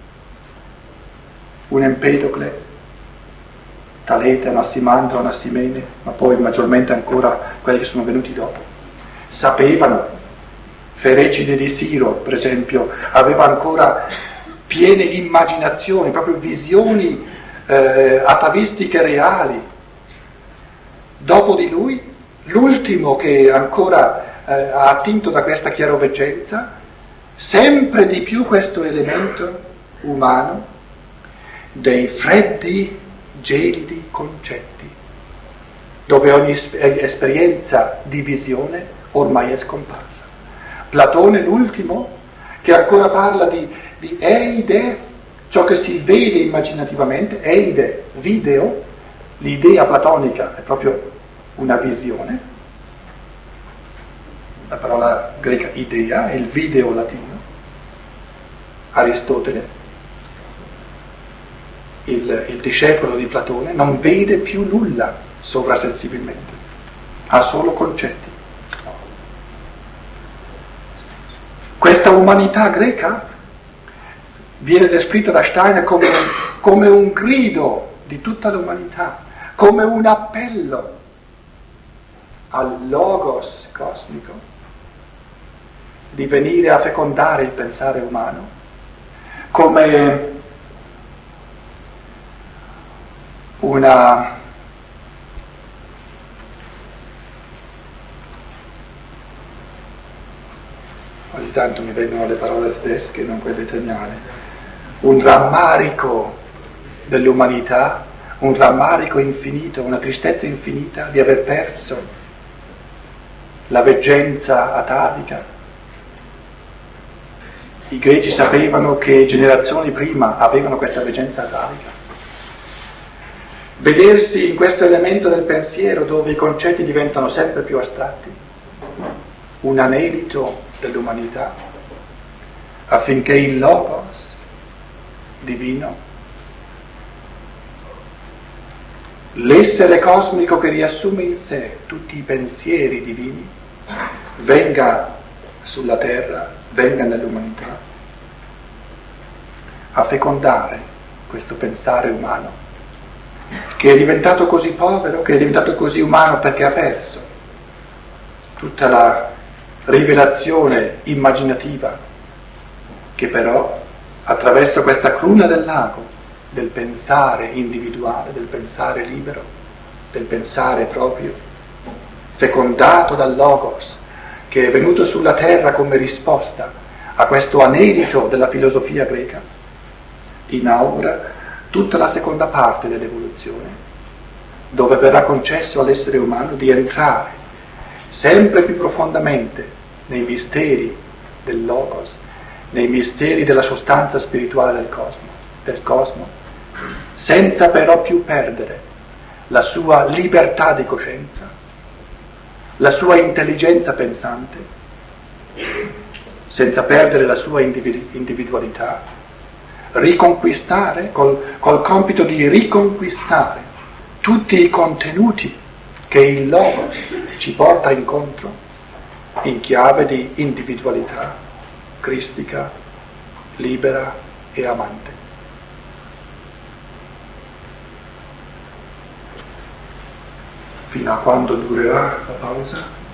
un Empedocle, Talete, Anassimandro, Anassimene, ma poi maggiormente ancora quelli che sono venuti dopo, sapevano. Ferecide di Siro, per esempio, aveva ancora piene immaginazioni, proprio visioni atavistiche reali. Dopo di lui, l'ultimo che ancora ha attinto da questa chiaroveggenza, sempre di più questo elemento umano dei freddi, gelidi concetti, dove ogni esperienza di visione ormai è scomparsa. Platone, l'ultimo, che ancora parla di eide, ciò che si vede immaginativamente, eide, video, l'idea platonica è proprio una visione, la parola greca idea è il video latino. Aristotele, il discepolo di Platone, non vede più nulla sovrasensibilmente, ha solo concetti. Questa umanità greca viene descritta da Steiner come un grido di tutta l'umanità, come un appello al logos cosmico di venire a fecondare il pensare umano, come una ogni tanto mi vengono le parole tedesche, non quelle italiane, un rammarico dell'umanità, un rammarico infinito, una tristezza infinita di aver perso la veggenza atavica. I greci sapevano che generazioni prima avevano questa veggenza atavica. Vedersi in questo elemento del pensiero dove i concetti diventano sempre più astratti, un anelito dell'umanità, affinché il logos divino, l'essere cosmico che riassume in sé tutti i pensieri divini, venga sulla terra, venga nell'umanità a fecondare questo pensare umano, che è diventato così povero, che è diventato così umano perché ha perso tutta la rivelazione immaginativa che però attraverso questa cruna del lago del pensare individuale, del pensare libero, del pensare proprio, fecondato dal Logos, che è venuto sulla terra come risposta a questo anelito della filosofia greca, inaugura tutta la seconda parte dell'evoluzione, dove verrà concesso all'essere umano di entrare sempre più profondamente nei misteri del Logos, nei misteri della sostanza spirituale del cosmo, senza però più perdere la sua libertà di coscienza, la sua intelligenza pensante, senza perdere la sua individualità, riconquistare, col compito di riconquistare tutti i contenuti che il Logos ci porta incontro in chiave di individualità cristica, libera e amante. Fino a quando durerà la pausa?